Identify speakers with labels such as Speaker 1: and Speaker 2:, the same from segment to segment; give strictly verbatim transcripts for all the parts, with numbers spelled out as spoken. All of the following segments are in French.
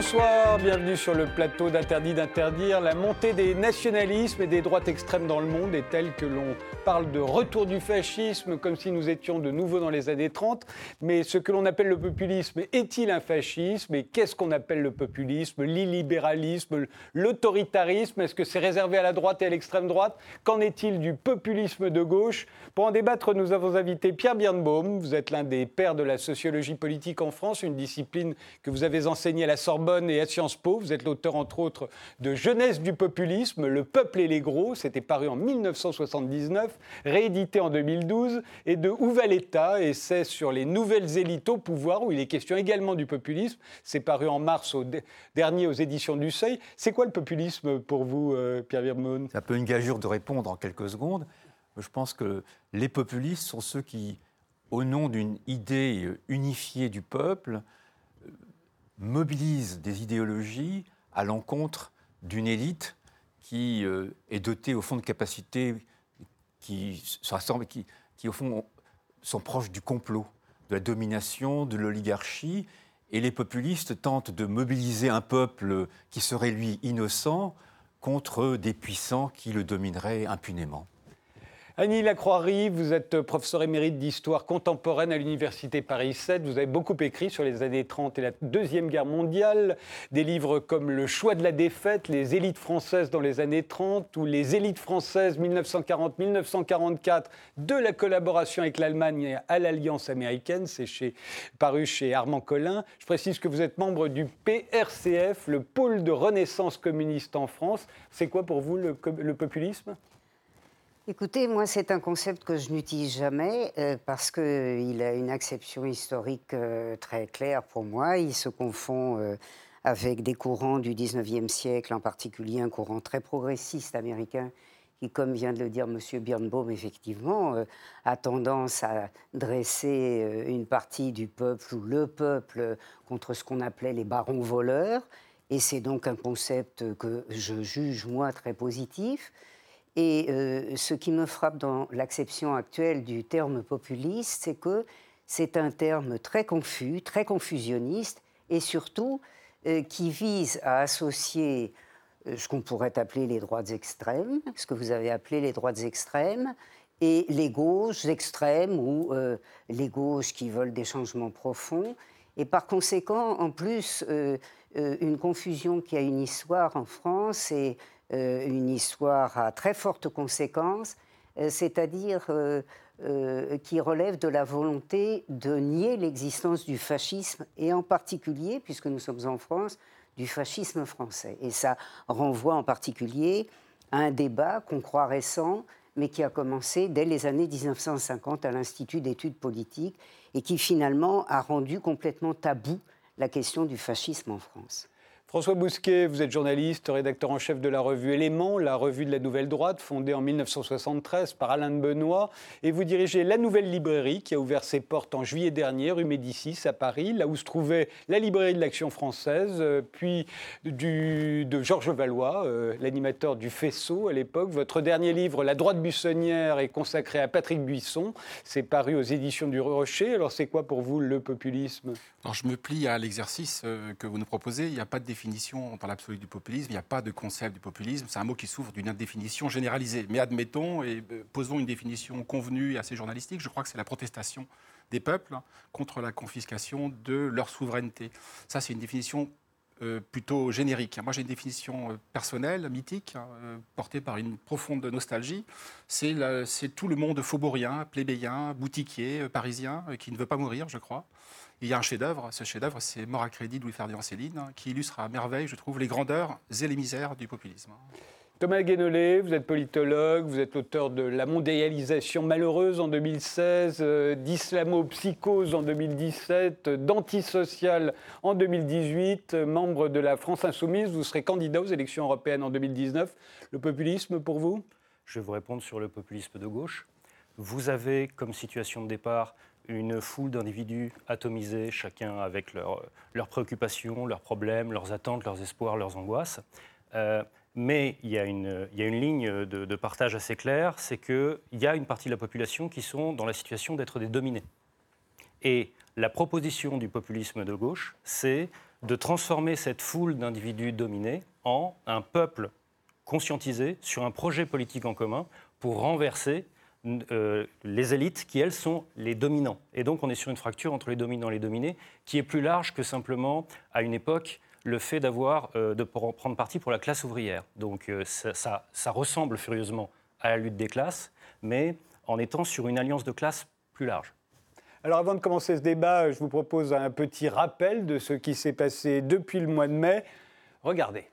Speaker 1: Bonsoir, bienvenue sur le plateau d'Interdit d'interdire. La montée des nationalismes et des droites extrêmes dans le monde est telle que l'on parle de retour du fascisme comme si nous étions de nouveau dans les années trente. Mais ce que l'on appelle le populisme, est-il un fascisme? Et qu'est-ce qu'on appelle le populisme? L'illibéralisme, l'autoritarisme? Est-ce que c'est réservé à la droite et à l'extrême droite? Qu'en est-il du populisme de gauche? Pour en débattre, nous avons invité Pierre Birnbaum. Vous êtes l'un des pères de la sociologie politique en France, une discipline que vous avez enseignée à la Sorbonne et à Sciences Po. Vous êtes l'auteur, entre autres, de Jeunesse du populisme, Le peuple et les gros. C'était paru en mille neuf cent soixante-dix-neuf, réédité en deux mille douze, et de Où va l'État, essai sur les nouvelles élites au pouvoir, où il est question également du populisme. C'est paru en mars au dé- dernier aux éditions du Seuil. C'est quoi le populisme pour vous, euh, Pierre Birnbaum?
Speaker 2: C'est un peu une gageure de répondre en quelques secondes. Je pense que les populistes sont ceux qui, au nom d'une idée unifiée du peuple, mobilisent des idéologies à l'encontre d'une élite qui euh, est dotée, au fond, de capacités qui, se rassemblent, qui, qui, au fond, sont proches du complot, de la domination, de l'oligarchie. Et les populistes tentent de mobiliser un peuple qui serait, lui, innocent contre des puissants qui le domineraient impunément.
Speaker 1: Annie Lacroix-Rive, vous êtes professeure émérite d'histoire contemporaine à l'université Paris sept. Vous avez beaucoup écrit sur les années trente et la Deuxième Guerre mondiale. Des livres comme Le choix de la défaite, Les élites françaises dans les années trente ou Les élites françaises mille neuf cent quarante à mille neuf cent quarante-quatre, de la collaboration avec l'Allemagne à l'Alliance américaine. C'est chez, paru chez Armand Collin. Je précise que vous êtes membre du P R C F, le pôle de renaissance communiste en France. C'est quoi pour vous le, le populisme ?
Speaker 3: Écoutez, moi, c'est un concept que je n'utilise jamais euh, parce qu'il a une acception historique euh, très claire pour moi. Il se confond euh, avec des courants du dix-neuvième siècle, en particulier un courant très progressiste américain qui, comme vient de le dire M. Birnbaum, effectivement, euh, a tendance à dresser euh, une partie du peuple ou le peuple contre ce qu'on appelait les barons voleurs. Et c'est donc un concept que je juge, moi, très positif. Et euh, ce qui me frappe dans l'acception actuelle du terme populiste, c'est que c'est un terme très confus, très confusionniste, et surtout euh, qui vise à associer euh, ce qu'on pourrait appeler les droites extrêmes, ce que vous avez appelé les droites extrêmes, et les gauches extrêmes, ou euh, les gauches qui veulent des changements profonds. Et par conséquent, en plus, euh, euh, une confusion qui a une histoire en France, et Euh, une histoire à très fortes conséquences, euh, c'est-à-dire euh, euh, qui relève de la volonté de nier l'existence du fascisme, et en particulier, puisque nous sommes en France, du fascisme français. Et ça renvoie en particulier à un débat qu'on croit récent, mais qui a commencé dès les années dix-neuf cent cinquante à l'Institut d'études politiques, et qui finalement a rendu complètement tabou la question du fascisme en France.
Speaker 1: François Bousquet, vous êtes journaliste, rédacteur en chef de la revue Éléments, la revue de la Nouvelle Droite, fondée en mille neuf cent soixante-treize par Alain de Benoît. Et vous dirigez La Nouvelle Librairie, qui a ouvert ses portes en juillet dernier, rue Médicis, à Paris, là où se trouvait la librairie de l'Action française, euh, puis du, de Georges Valois, euh, l'animateur du Faisceau à l'époque. Votre dernier livre, La droite buissonnière, est consacré à Patrick Buisson. C'est paru aux éditions du Rocher. Alors c'est quoi pour vous le populisme ?
Speaker 4: Alors, je me plie à l'exercice euh, que vous nous proposez. Il n'y a pas de définition dans l'absolu du populisme. Il n'y a pas de concept du populisme. C'est un mot qui souffre d'une indéfinition généralisée. Mais admettons et euh, posons une définition convenue et assez journalistique. Je crois que c'est la protestation des peuples contre la confiscation de leur souveraineté. Ça, c'est une définition euh, plutôt générique. Moi, j'ai une définition euh, personnelle, mythique, euh, portée par une profonde nostalgie. C'est, la, c'est tout le monde faubourien, plébéien, boutiquier, euh, parisien, euh, qui ne veut pas mourir, je crois. Il y a un chef-d'œuvre, ce chef-d'œuvre, c'est Mort à crédit de Louis-Ferdinand Céline, hein, qui illustre à merveille, je trouve, les grandeurs et les misères du populisme.
Speaker 1: Thomas Guénolé, vous êtes politologue, vous êtes l'auteur de La mondialisation malheureuse en deux mille seize, euh, d'Islamo-psychose en deux mille dix-sept, d'Antisocial en deux mille dix-huit, euh, membre de la France Insoumise. Vous serez candidat aux élections européennes en deux mille dix-neuf. Le populisme, pour vous ?
Speaker 5: Je vais vous répondre sur le populisme de gauche. Vous avez comme situation de départ une foule d'individus atomisés, chacun avec leurs leurs préoccupations, leurs problèmes, leurs attentes, leurs espoirs, leurs angoisses. Euh, mais il y a une, il y a une ligne de, de partage assez claire, c'est qu'il y a une partie de la population qui sont dans la situation d'être des dominés. Et la proposition du populisme de gauche, c'est de transformer cette foule d'individus dominés en un peuple conscientisé sur un projet politique en commun pour renverser euh, les élites qui, elles, sont les dominants. Et donc, on est sur une fracture entre les dominants et les dominés qui est plus large que simplement, à une époque, le fait d'avoir, euh, de prendre parti pour la classe ouvrière. Donc, euh, ça, ça, ça ressemble furieusement à la lutte des classes, mais en étant sur une alliance de classes plus large.
Speaker 1: Alors avant de commencer ce débat, je vous propose un petit rappel de ce qui s'est passé depuis le mois de mai. Regardez.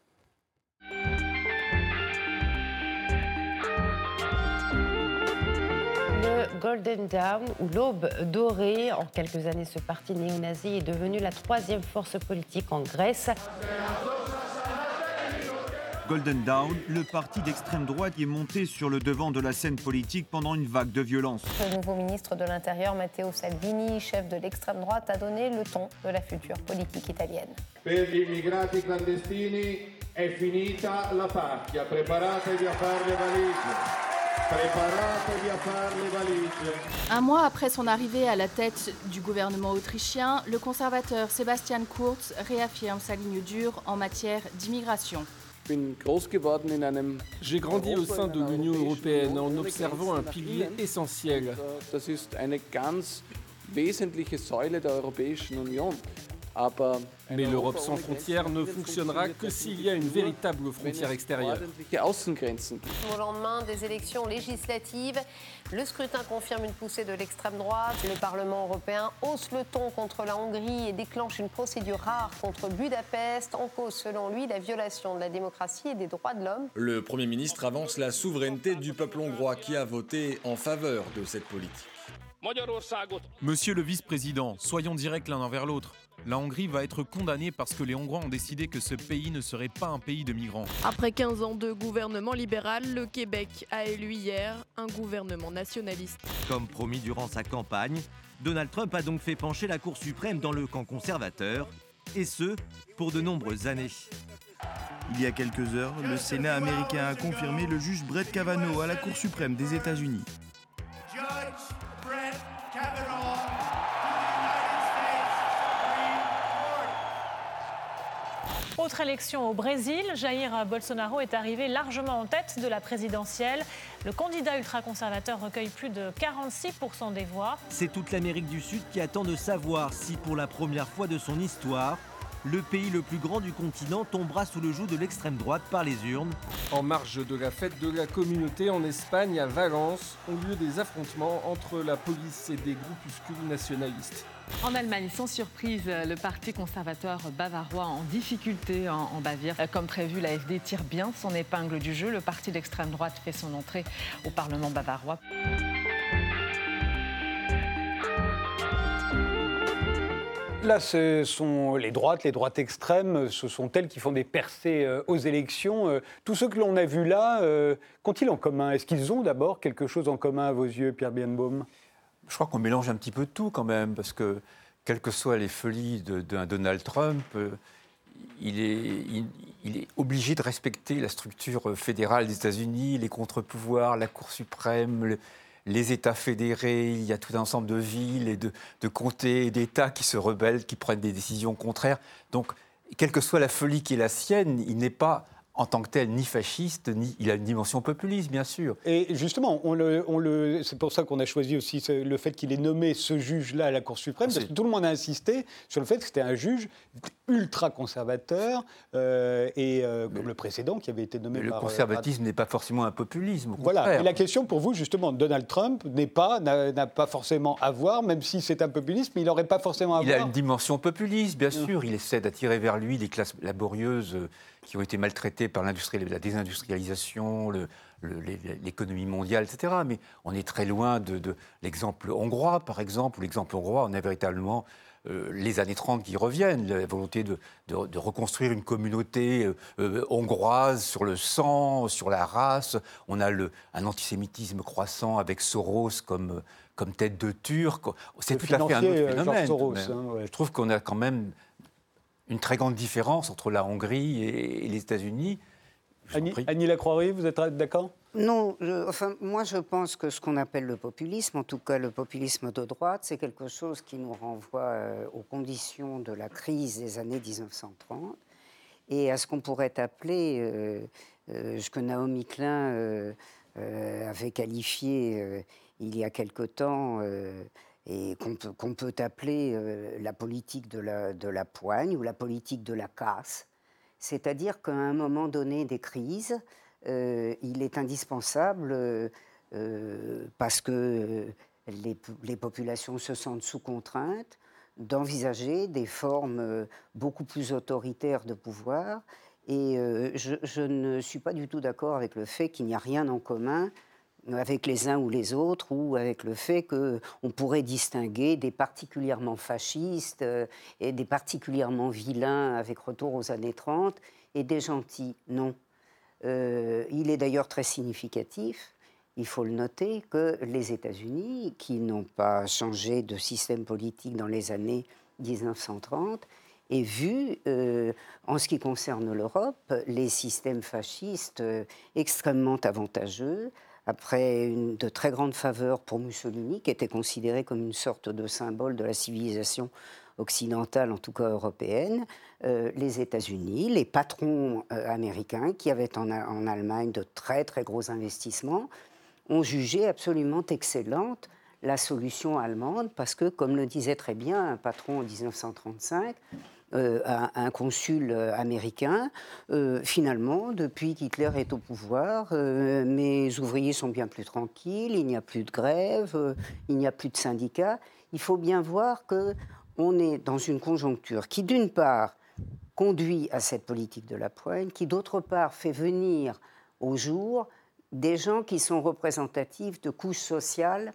Speaker 6: Le Golden Dawn, ou l'aube dorée, en quelques années, ce parti néo-nazi est devenu la troisième force politique en Grèce.
Speaker 7: Golden Dawn, le parti d'extrême droite qui est monté sur le devant de la scène politique pendant une vague de violence.
Speaker 8: Le nouveau ministre de l'Intérieur, Matteo Salvini, chef de l'extrême droite, a donné le ton de la future politique italienne.
Speaker 9: Per gli immigrati clandestini è finita la pacchia. Preparatevi a fare le valigie. Preparatevi a fare le valigie.
Speaker 10: Un mois après son arrivée à la tête du gouvernement autrichien, le conservateur Sebastian Kurz réaffirme sa ligne dure en matière d'immigration.
Speaker 11: J'ai grandi au sein de l'Union européenne en observant un pilier essentiel. Mais l'Europe sans frontières ne fonctionnera que s'il y a une véritable frontière extérieure.
Speaker 8: Au lendemain des élections législatives, le scrutin confirme une poussée de l'extrême droite. Le Parlement européen hausse le ton contre la Hongrie et déclenche une procédure rare contre Budapest, en cause selon lui la violation de la démocratie et des droits de l'homme.
Speaker 12: Le Premier ministre avance la souveraineté du peuple hongrois qui a voté en faveur de cette politique.
Speaker 13: Monsieur le vice-président, soyons directs l'un envers l'autre. La Hongrie va être condamnée parce que les Hongrois ont décidé que ce pays ne serait pas un pays de migrants.
Speaker 14: Après quinze ans de gouvernement libéral, le Québec a élu hier un gouvernement nationaliste.
Speaker 15: Comme promis durant sa campagne, Donald Trump a donc fait pencher la Cour suprême dans le camp conservateur, et ce, pour de nombreuses années.
Speaker 7: Il y a quelques heures, le Sénat américain a confirmé le juge Brett Kavanaugh à la Cour suprême des États-Unis.
Speaker 16: Autre élection au Brésil, Jair Bolsonaro est arrivé largement en tête de la présidentielle. Le candidat ultra-conservateur recueille plus de quarante-six pour cent des voix.
Speaker 15: C'est toute l'Amérique du Sud qui attend de savoir si, pour la première fois de son histoire, le pays le plus grand du continent tombera sous le joug de l'extrême droite par les urnes.
Speaker 11: En marge de la fête de la communauté en Espagne, à Valence, ont lieu des affrontements entre la police et des groupuscules nationalistes.
Speaker 17: En Allemagne, sans surprise, le parti conservateur bavarois en difficulté en, en Bavière. Comme prévu, l'A F D tire bien son épingle du jeu. Le parti d'extrême droite fait son entrée au Parlement bavarois.
Speaker 1: Là, ce sont les droites, les droites extrêmes, ce sont elles qui font des percées euh, aux élections. Euh, tous ceux que l'on a vus là, euh, qu'ont-ils en commun? Est-ce qu'ils ont d'abord quelque chose en commun à vos yeux, Pierre Birnbaum?
Speaker 2: Je crois qu'on mélange un petit peu tout quand même, parce que quelles que soient les folies d'un Donald Trump, euh, il, est, il, il est obligé de respecter la structure fédérale des États-Unis, les contre-pouvoirs, la Cour suprême, le, les États fédérés. Il y a tout un ensemble de villes et de, de comtés et d'États qui se rebellent, qui prennent des décisions contraires. Donc, quelle que soit la folie qui est la sienne, il n'est pas en tant que tel, ni fasciste, ni il a une dimension populiste, bien sûr.
Speaker 1: Et justement, on le, on le, c'est pour ça qu'on a choisi aussi le fait qu'il ait nommé ce juge-là à la Cour suprême, parce que tout le monde a insisté sur le fait que c'était un juge ultra-conservateur, euh, et euh, comme le précédent qui avait été nommé
Speaker 2: mais
Speaker 1: par...
Speaker 2: Le conservatisme euh, n'est pas forcément un populisme, au
Speaker 1: voilà.
Speaker 2: contraire.
Speaker 1: Et la question pour vous, justement, Donald Trump n'est pas, n'a, n'a pas forcément à voir, même si c'est un populisme, il n'aurait pas forcément à
Speaker 2: il
Speaker 1: voir...
Speaker 2: Il a une dimension populiste, bien sûr. Mmh. Il essaie d'attirer vers lui les classes laborieuses qui ont été maltraitées par l'industrie, la désindustrialisation, le, le, l'économie mondiale, et cetera. Mais on est très loin de, de l'exemple hongrois, par exemple, où l'exemple hongrois, on a véritablement euh, les années trente qui reviennent, la volonté de, de, de reconstruire une communauté euh, euh, hongroise sur le sang, sur la race. On a le, un antisémitisme croissant avec Soros comme, comme tête de Turc. C'est tout à fait un autre phénomène.
Speaker 1: Soros, hein, ouais.
Speaker 2: Je trouve qu'on a quand même une très grande différence entre la Hongrie et les États-Unis,
Speaker 1: Annie, Annie Lacroix, vous êtes d'accord ?
Speaker 3: Non, je, enfin, moi je pense que ce qu'on appelle le populisme, en tout cas le populisme de droite, c'est quelque chose qui nous renvoie euh, aux conditions de la crise des années dix-neuf cent trente et à ce qu'on pourrait appeler, euh, euh, ce que Naomi Klein euh, euh, avait qualifié euh, il y a quelque temps euh, et qu'on peut, qu'on peut appeler euh, la politique de la, de la poigne ou la politique de la casse. C'est-à-dire qu'à un moment donné des crises, Euh, il est indispensable, euh, euh, parce que euh, les, les populations se sentent sous contrainte, d'envisager des formes euh, beaucoup plus autoritaires de pouvoir. Et euh, je, je ne suis pas du tout d'accord avec le fait qu'il n'y a rien en commun avec les uns ou les autres, ou avec le fait qu'on pourrait distinguer des particulièrement fascistes euh, et des particulièrement vilains avec retour aux années trente et des gentils. Non. Euh, il est d'ailleurs très significatif, il faut le noter, que les États-Unis, qui n'ont pas changé de système politique dans les années dix-neuf cent trente, aient vu, euh, en ce qui concerne l'Europe, les systèmes fascistes euh, extrêmement avantageux, après une, de très grandes faveurs pour Mussolini, qui était considéré comme une sorte de symbole de la civilisation occidentale, en tout cas européenne, euh, les États-Unis, les patrons euh, américains qui avaient en, en Allemagne de très très gros investissements, ont jugé absolument excellente la solution allemande parce que, comme le disait très bien un patron en dix-neuf cent trente-cinq, euh, un, un consul américain, euh, finalement, depuis qu'Hitler est au pouvoir, euh, mes ouvriers sont bien plus tranquilles, il n'y a plus de grève, euh, il n'y a plus de syndicats. Il faut bien voir que on est dans une conjoncture qui, d'une part, conduit à cette politique de la poigne, qui, d'autre part, fait venir au jour des gens qui sont représentatifs de couches sociales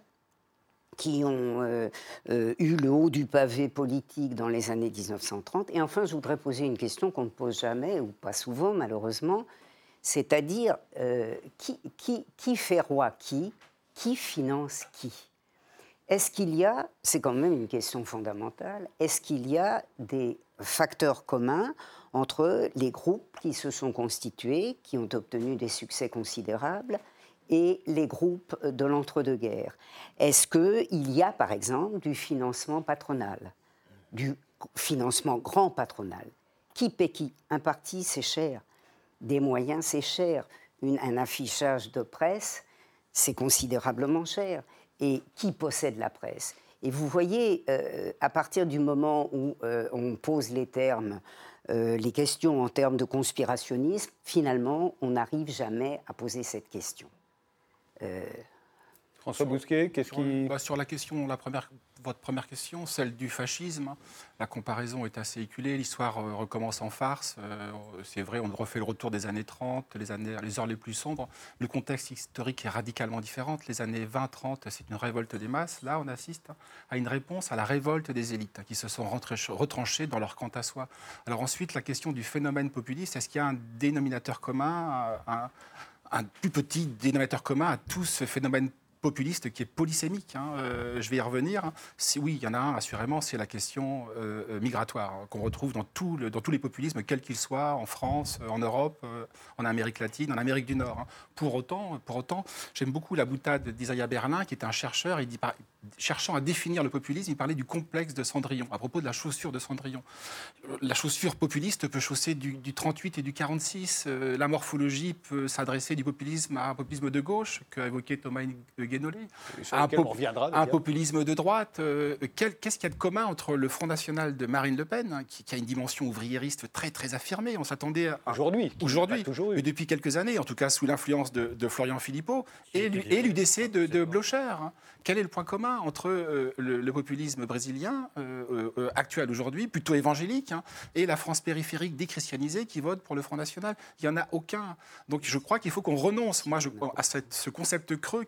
Speaker 3: qui ont euh, euh, eu le haut du pavé politique dans les années dix-neuf cent trente. Et enfin, je voudrais poser une question qu'on ne pose jamais, ou pas souvent, malheureusement, c'est-à-dire euh, qui, qui, qui fait roi qui, qui finance qui ? Est-ce qu'il y a, c'est quand même une question fondamentale, est-ce qu'il y a des facteurs communs entre les groupes qui se sont constitués, qui ont obtenu des succès considérables, et les groupes de l'entre-deux-guerres? Est-ce qu'il y a, par exemple, du financement patronal, du financement grand patronal? Qui paie qui? Un parti, c'est cher. Des moyens, c'est cher. Une, un affichage de presse, c'est considérablement cher. Et qui possède la presse? Et vous voyez, euh, à partir du moment où euh, on pose les termes, euh, les questions en termes de conspirationnisme, finalement, on n'arrive jamais à poser cette question. Euh...
Speaker 1: François Bousquet, qu'est-ce qui...
Speaker 4: Bah, sur la question, la première, votre première question, celle du fascisme, la comparaison est assez éculée, l'histoire euh, recommence en farce. Euh, c'est vrai, on refait le retour des années trente, les, années, les heures les plus sombres. Le contexte historique est radicalement différent. Les années vingt trente, c'est une révolte des masses. Là, on assiste à une réponse à la révolte des élites qui se sont retranchées dans leur quant à soi. Alors ensuite, la question du phénomène populiste, est-ce qu'il y a un dénominateur commun, un, un plus petit dénominateur commun à tout ce phénomène populiste qui est polysémique, hein, euh, je vais y revenir. Si, oui, il y en a un, assurément, c'est la question euh, migratoire, hein, qu'on retrouve dans, tout le, dans tous les populismes, quels qu'ils soient, en France, en Europe, euh, en Amérique latine, en Amérique du Nord. Hein. Pour autant, pour autant j'aime beaucoup la boutade d'Isaiah Berlin, qui est un chercheur, il dit, par, cherchant à définir le populisme, il parlait du complexe de Cendrillon, à propos de la chaussure de Cendrillon. La chaussure populiste peut chausser du, du trente-huit et du quarante-six, euh, la morphologie peut s'adresser du populisme à un populisme de gauche, qu'a évoqué Thomas Guénolé, un, pop un populisme de droite. Euh, Qu'est-ce qu'il y a de commun entre le Front National de Marine Le Pen, hein, qui, qui a une dimension ouvriériste très très affirmée? On s'attendait à...
Speaker 1: Aujourd'hui.
Speaker 4: Aujourd'hui, mais depuis quelques années, en tout cas sous l'influence de, de Florian Philippot et l'U D C de, de Blocher. Hein. Quel est le point commun entre euh, le, le populisme brésilien euh, euh, actuel aujourd'hui, plutôt évangélique, hein, et la France périphérique déchristianisée qui vote pour le Front National? Il n'y en a aucun. Donc je crois qu'il faut qu'on renonce moi, je, à cette, ce concept creux qu'est le populisme.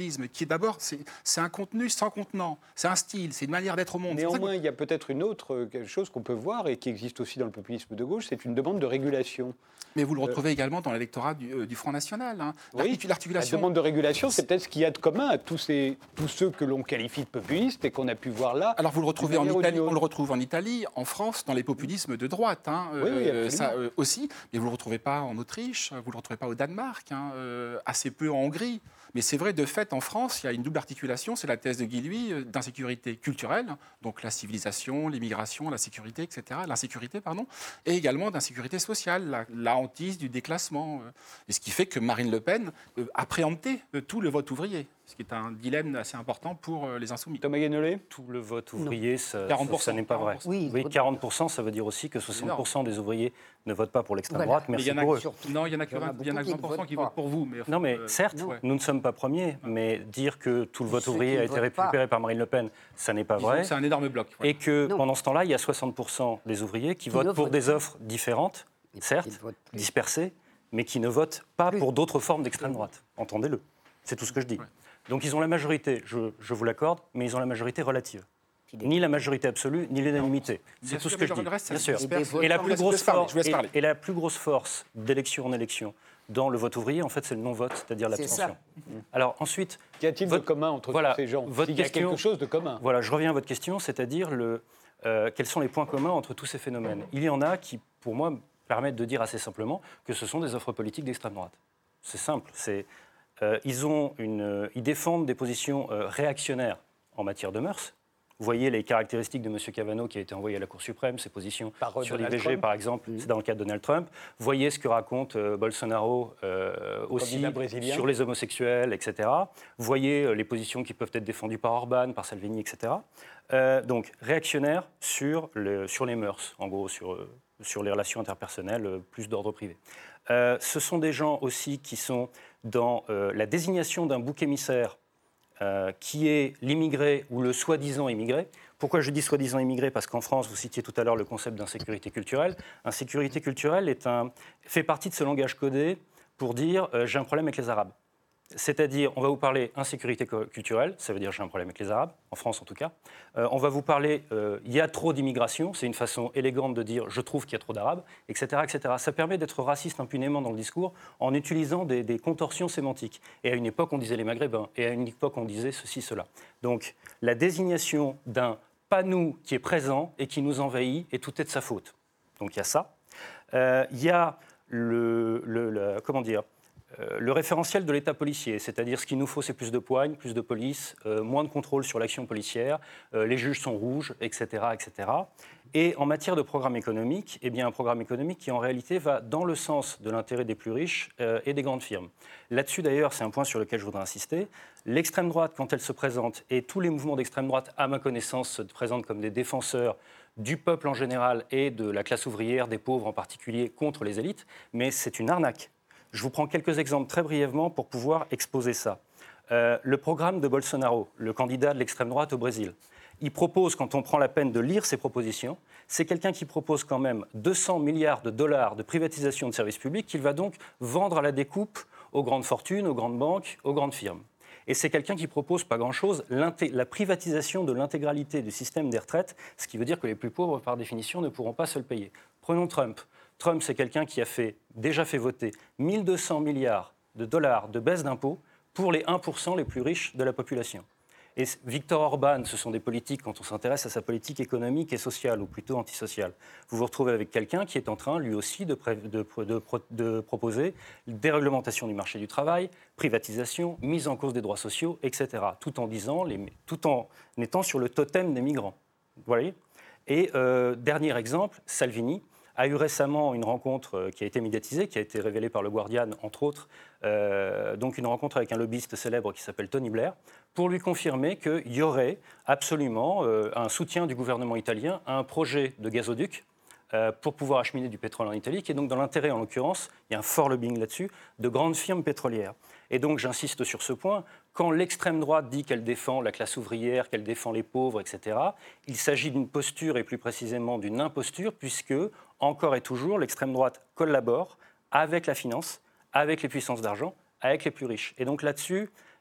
Speaker 4: populisme, qui est d'abord, c'est, c'est un contenu sans contenant, c'est un style, c'est une manière d'être au monde.
Speaker 1: Néanmoins,
Speaker 4: que...
Speaker 1: il y a peut-être une autre euh, quelque chose qu'on peut voir et qui existe aussi dans le populisme de gauche, c'est une demande de régulation.
Speaker 4: Mais vous le retrouvez euh... également dans l'électorat du, euh, du Front National. Hein.
Speaker 1: Oui,
Speaker 4: l'articulation...
Speaker 1: la demande de régulation, c'est peut-être ce qu'il y a de commun à tous, ces, tous ceux que l'on qualifie de populistes et qu'on a pu voir là.
Speaker 4: Alors vous le retrouvez en Italie, on le retrouve en Italie, en France, dans les populismes de droite, hein,
Speaker 1: oui, oui,
Speaker 4: euh, ça euh, aussi. Mais vous le retrouvez pas en Autriche, vous le retrouvez pas au Danemark, hein, euh, assez peu en Hongrie. Mais c'est vrai, de fait, en France, il y a une double articulation, c'est la thèse de Guy Lui, euh, d'insécurité culturelle, donc la civilisation, l'immigration, la sécurité, et cetera, l'insécurité, pardon, et également d'insécurité sociale, la, la hantise du déclassement. Euh, et ce qui fait que Marine Le Pen euh, a préempté euh, tout le vote ouvrier, ce qui est un dilemme assez important pour euh, les Insoumis.
Speaker 1: Thomas Guénolé ?
Speaker 5: Tout le vote ouvrier, ça,
Speaker 4: quarante pour cent,
Speaker 5: ça n'est pas vrai.
Speaker 3: Oui,
Speaker 5: oui, quarante pour cent, ça veut dire aussi que soixante pour cent des ouvriers ne votent pas pour l'extrême voilà. droite. Merci pour eux.
Speaker 4: Non, il y en a que vingt pour cent qui votent pour vous. Mais
Speaker 5: non, mais euh, certes, non. nous ne sommes pas premiers, mais dire que tout le vote ouvrier a été récupéré par Marine Le Pen, ça n'est pas
Speaker 4: Disons
Speaker 5: vrai.
Speaker 4: C'est un énorme bloc.
Speaker 5: Voilà. Et que non. pendant ce temps-là, il y a soixante pour cent des ouvriers qui, qui votent pour des offres différentes, certes, dispersées, mais qui ne votent pas plus. pour d'autres formes d'extrême droite. Entendez-le. C'est tout ce que je dis. Ouais. Donc ils ont la majorité, je, je vous l'accorde, mais ils ont la majorité relative. Ni la majorité absolue, ni l'unanimité. C'est tout ce que je dis. Bien sûr. Et la plus grosse force, et la plus grosse force d'élection en élection dans le vote ouvrier, en fait, c'est le non-vote, c'est-à-dire l'abstention. Alors ensuite,
Speaker 1: qu'y a-t-il
Speaker 5: votre,
Speaker 1: de commun entre
Speaker 5: voilà,
Speaker 1: tous ces gens
Speaker 5: votre
Speaker 1: Il y a
Speaker 5: question,
Speaker 1: quelque chose de commun.
Speaker 5: Voilà, je reviens à votre question, c'est-à-dire le, euh, quels sont les points communs entre tous ces phénomènes. Il y en a qui, pour moi, permettent de dire assez simplement que ce sont des offres politiques d'extrême droite. C'est simple. C'est, euh, ils, ont une, euh, ils défendent des positions euh, réactionnaires en matière de mœurs. Vous voyez les caractéristiques de M. Cavano qui a été envoyé à la Cour suprême, ses positions par sur l'I V G, par exemple, mmh. c'est dans le cas de Donald Trump. Vous voyez ce que raconte euh, Bolsonaro euh, aussi sur les homosexuels, et cetera. Vous voyez euh, les positions qui peuvent être défendues par Orban, par Salvini, et cetera. Euh, donc, réactionnaires sur, le, sur les mœurs, en gros, sur, euh, sur les relations interpersonnelles, euh, plus d'ordre privé. Euh, ce sont des gens aussi qui sont dans euh, la désignation d'un bouc émissaire Euh, qui est l'immigré ou le soi-disant immigré. Pourquoi je dis soi-disant immigré ? Parce qu'en France, vous citiez tout à l'heure le concept d'insécurité culturelle. Insécurité culturelle est un, fait partie de ce langage codé pour dire euh, j'ai un problème avec les Arabes. C'est-à-dire, on va vous parler insécurité culturelle, ça veut dire j'ai un problème avec les Arabes, en France en tout cas. Euh, on va vous parler, euh, il y a trop d'immigration, c'est une façon élégante de dire je trouve qu'il y a trop d'Arabes, et cetera, et cetera. Ça permet d'être raciste impunément dans le discours en utilisant des, des contorsions sémantiques. Et à une époque, on disait les Maghrébins, et à une époque, on disait ceci, cela. Donc, la désignation d'un pas nous qui est présent et qui nous envahit, et tout est de sa faute. Donc, il y a ça. Euh, il y a le, le, le comment dire Euh, le référentiel de l'État policier, c'est-à-dire ce qu'il nous faut, c'est plus de poignes, plus de police, euh, moins de contrôle sur l'action policière, euh, les juges sont rouges, et cetera, et cetera. Et en matière de programme économique, eh bien, un programme économique qui en réalité va dans le sens de l'intérêt des plus riches euh, et des grandes firmes. Là-dessus, d'ailleurs, c'est un point sur lequel je voudrais insister. L'extrême droite, quand elle se présente, et tous les mouvements d'extrême droite, à ma connaissance, se présentent comme des défenseurs du peuple en général et de la classe ouvrière, des pauvres en particulier, contre les élites, mais c'est une arnaque. Je vous prends quelques exemples très brièvement pour pouvoir exposer ça. Euh, le programme de Bolsonaro, le candidat de l'extrême droite au Brésil, il propose, quand on prend la peine de lire ses propositions, c'est quelqu'un qui propose quand même deux cents milliards de dollars de privatisation de services publics qu'il va donc vendre à la découpe aux grandes fortunes, aux grandes banques, aux grandes firmes. Et c'est quelqu'un qui propose pas grand-chose, la privatisation de l'intégralité du système des retraites, ce qui veut dire que les plus pauvres, par définition, ne pourront pas se le payer. Prenons Trump. Trump, c'est quelqu'un qui a fait, déjà fait voter mille deux cents milliards de dollars de baisse d'impôts pour les un pour cent les plus riches de la population. Et Viktor Orban, ce sont des politiques, quand on s'intéresse à sa politique économique et sociale, ou plutôt antisociale. Vous vous retrouvez avec quelqu'un qui est en train, lui aussi, de, pré- de, de, de, de proposer déréglementation du marché du travail, privatisation, mise en cause des droits sociaux, et cetera. Tout en disant, les, tout en étant sur le totem des migrants. Vous voyez ? Et euh, dernier exemple, Salvini a eu récemment une rencontre qui a été médiatisée, qui a été révélée par le Guardian, entre autres, euh, donc une rencontre avec un lobbyiste célèbre qui s'appelle Tony Blair, pour lui confirmer qu'il y aurait absolument euh, un soutien du gouvernement italien à un projet de gazoduc euh, pour pouvoir acheminer du pétrole en Italie, qui est donc dans l'intérêt, en l'occurrence, il y a un fort lobbying là-dessus, de grandes firmes pétrolières. Et donc, j'insiste sur ce point, quand l'extrême droite dit qu'elle défend la classe ouvrière, qu'elle défend les pauvres, et cetera, il s'agit d'une posture, et plus précisément d'une imposture, puisque, encore et toujours, l'extrême droite collabore avec la finance, avec les puissances d'argent, avec les plus riches. Et donc là-dessus,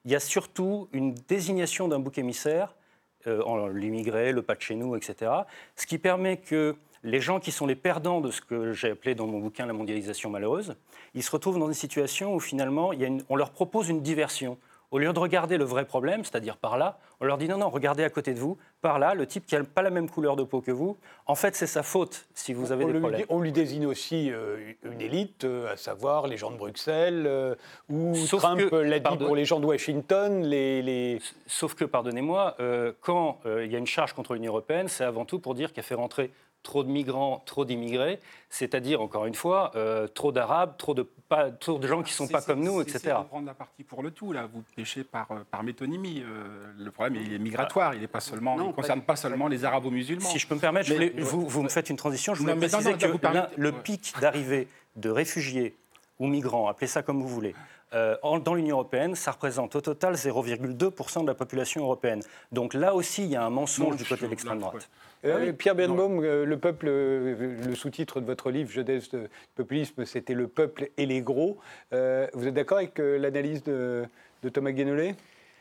Speaker 5: il y a surtout une désignation d'un bouc émissaire, euh, l'immigré, le pas de chez nous, et cetera, ce qui permet que les gens qui sont les perdants de ce que j'ai appelé dans mon bouquin la mondialisation malheureuse, ils se retrouvent dans des situations où finalement il y a une, on leur propose une diversion. Au lieu de regarder le vrai problème, c'est-à-dire par là, on leur dit non, non, regardez à côté de vous, par là, le type qui n'a pas la même couleur de peau que vous, en fait, c'est sa faute si vous avez
Speaker 1: on
Speaker 5: des
Speaker 1: lui,
Speaker 5: problèmes.
Speaker 1: On lui désigne aussi euh, une élite, euh, à savoir les gens de Bruxelles, euh, ou
Speaker 5: Sauf
Speaker 1: Trump
Speaker 5: que,
Speaker 1: l'a dit
Speaker 5: pardon,
Speaker 1: pour les gens de Washington. Les, les...
Speaker 5: Sauf que, pardonnez-moi, euh, quand euh, il y a une charge contre l'Union européenne, c'est avant tout pour dire qu'elle fait rentrer trop de migrants, trop d'immigrés, c'est-à-dire, encore une fois, euh, trop d'Arabes, trop de, pas, trop de gens qui ne sont
Speaker 4: C'est-
Speaker 5: pas
Speaker 4: c'est-
Speaker 5: comme nous,
Speaker 4: c'est-
Speaker 5: et cetera.
Speaker 4: C'est de prendre la partie pour le tout, là. Vous péchez par, euh, par métonymie. Euh, le problème, il est migratoire. Il ne concerne pas seulement les arabo-musulmans.
Speaker 5: Si je peux me permettre, je
Speaker 4: Mais-
Speaker 5: voulais- vous, vous me faites une transition. Je voulais
Speaker 4: Non, mais non,
Speaker 5: préciser
Speaker 4: non,
Speaker 5: que
Speaker 4: vous permettez-
Speaker 5: l'un- le
Speaker 4: ouais.
Speaker 5: pic d'arrivée de réfugiés ou migrants, appelez ça comme vous voulez, euh, en- dans l'Union européenne, ça représente au total zéro virgule deux pour cent de la population européenne. Donc là aussi, il y a un mensonge
Speaker 1: Non,
Speaker 5: du côté
Speaker 1: je-
Speaker 5: de l'extrême droite.
Speaker 1: Euh,
Speaker 5: Ah oui.
Speaker 1: Pierre Birnbaum, euh, le peuple, euh, le sous-titre de votre livre Jeunesse de populisme, c'était le peuple et les gros. Euh, vous êtes d'accord avec euh, l'analyse de, de Thomas Guénolé?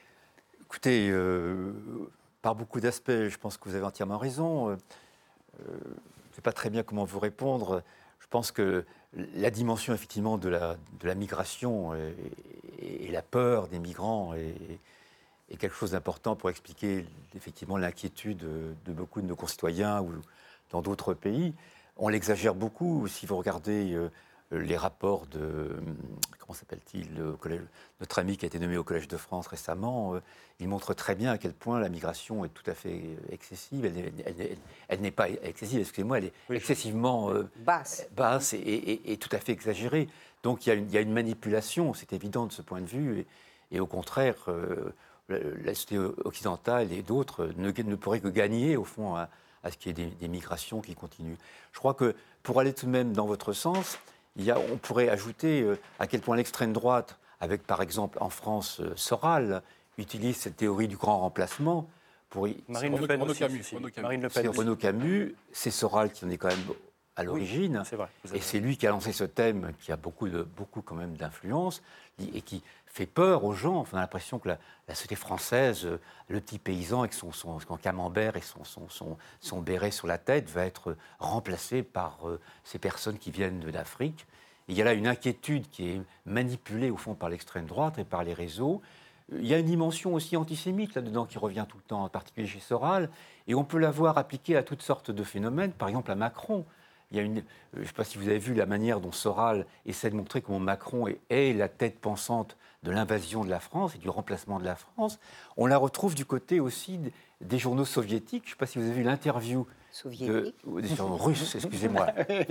Speaker 2: Écoutez, euh, par beaucoup d'aspects, je pense que vous avez entièrement raison. Euh, je ne sais pas très bien comment vous répondre. Je pense que la dimension, effectivement, de la, de la migration et, et- et la peur des migrants est, est quelque chose d'important pour expliquer, effectivement, l'inquiétude de, de beaucoup de nos concitoyens ou dans d'autres pays. On l'exagère beaucoup. Si vous regardez euh, les rapports de, comment s'appelle-t-il, le collège- notre ami qui a été nommé au Collège de France récemment, euh, il montre très bien à quel point la migration est tout à fait excessive. Elle, n'est- elle n'est- elle n'est pas excessive, excusez-moi, elle est excessivement euh,
Speaker 3: basse,
Speaker 2: basse et, et- et tout à fait exagérée. Donc il y a une, il y a une manipulation, c'est évident de ce point de vue, et, et au contraire, euh, la, la société occidentale et d'autres ne, ne pourraient que gagner, au fond, à, à ce qu'il y ait des, des migrations qui continuent. Je crois que pour aller tout de même dans votre sens, il y a, on pourrait ajouter euh, à quel point l'extrême droite, avec par exemple en France euh, Soral, utilise cette théorie du grand remplacement pour y...
Speaker 5: Marine Le Pen aussi, si, si. Marine Le Pen
Speaker 2: C'est
Speaker 5: aussi.
Speaker 2: Renaud Camus, c'est Soral qui en est quand même à l'origine.
Speaker 5: Oui, c'est vrai, vous avez
Speaker 2: Et c'est lui qui a lancé ce thème qui a beaucoup, de, beaucoup quand même d'influence et qui fait peur aux gens. Enfin, on a l'impression que la, la société française, euh, le petit paysan avec son, son, son camembert et son, son, son, son béret sur la tête va être remplacé par euh, ces personnes qui viennent de l'Afrique. Et il y a là une inquiétude qui est manipulée au fond par l'extrême droite et par les réseaux. Il y a une dimension aussi antisémite là-dedans qui revient tout le temps, en particulier chez Soral, et on peut la voir appliquée à toutes sortes de phénomènes, par exemple à Macron. Il y a une, je ne sais pas si vous avez vu la manière dont Soral essaie de montrer comment Macron est, est la tête pensante de l'invasion de la France et du remplacement de la France. On la retrouve du côté aussi des journaux soviétiques. Je ne sais pas si vous avez vu l'interview de, des journaux russes, excusez-moi.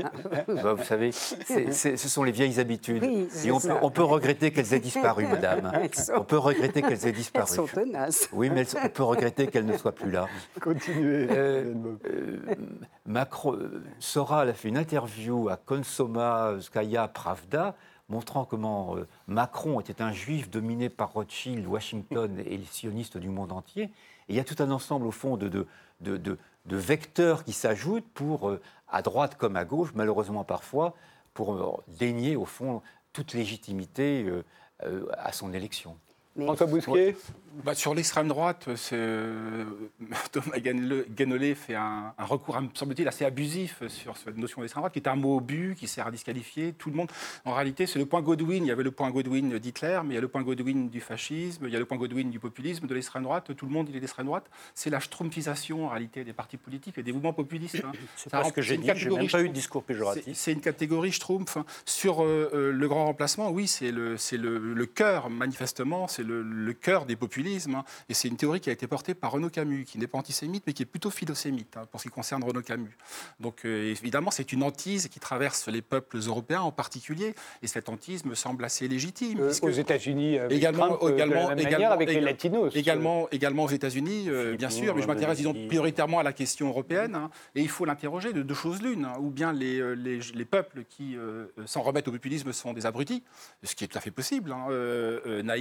Speaker 2: Bah, vous savez, c'est, c'est, ce sont les vieilles habitudes.
Speaker 3: Oui,
Speaker 2: et on peut, on peut regretter qu'elles aient disparu, madame.
Speaker 3: Sont...
Speaker 2: On peut regretter qu'elles aient disparu.
Speaker 3: Elles sont tenaces.
Speaker 2: Oui, mais elles, on peut regretter qu'elles ne soient plus là.
Speaker 1: Continuez.
Speaker 2: Euh, euh, Macron, Soral a fait une interview à Komsomolskaya Pravda montrant comment euh, Macron était un juif dominé par Rothschild, Washington et les sionistes du monde entier. Et il y a tout un ensemble, au fond, de, de, de, de, de vecteurs qui s'ajoutent pour, euh, à droite comme à gauche, malheureusement parfois, pour euh, dénier, au fond, toute légitimité euh, euh, à son élection.
Speaker 3: Mais...
Speaker 1: François Bousquet.
Speaker 4: Bah, sur l'extrême droite, c'est, euh, Thomas Guénolé fait un, un recours, me semble-t-il, assez abusif sur cette notion d'extrême droite, qui est un mot obus, qui sert à disqualifier tout le monde. En réalité, c'est le point Godwin. Il y avait le point Godwin d'Hitler, mais il y a le point Godwin du fascisme, il y a le point Godwin du populisme, de l'extrême droite. Tout le monde, il est d'extrême droite. C'est la schtroumpfisation, en réalité, des partis politiques et des mouvements populistes. Hein.
Speaker 5: C'est pas ce que j'ai dit, je n'ai même pas eu de discours péjoratif.
Speaker 4: C'est, c'est une catégorie schtroumpf. Hein. Sur euh, le grand remplacement, oui, c'est le, c'est le, le cœur, manifestement, c'est le, le cœur des populismes. Hein. Et c'est une théorie qui a été portée par Renaud Camus, qui n'est pas antisémite, mais qui est plutôt philosémite, hein, pour ce qui concerne Renaud Camus. Donc, euh, évidemment, c'est une hantise qui traverse les peuples européens en particulier, et cette hantise me semble assez légitime.
Speaker 1: Euh, aux États-Unis, avec
Speaker 4: également,
Speaker 1: Trump,
Speaker 4: également,
Speaker 1: de la même
Speaker 4: également,
Speaker 1: manière, avec
Speaker 4: également,
Speaker 1: les Latinos.
Speaker 4: Également, également aux États-Unis, euh, bien sûr, mais je m'intéresse, disons, prioritairement à la question européenne, hein, et il faut l'interroger de deux choses l'une, hein, ou bien les, les, les peuples qui euh, s'en remettent au populisme sont des abrutis, ce qui est tout à fait possible, hein, euh, euh, naïfs et crédules,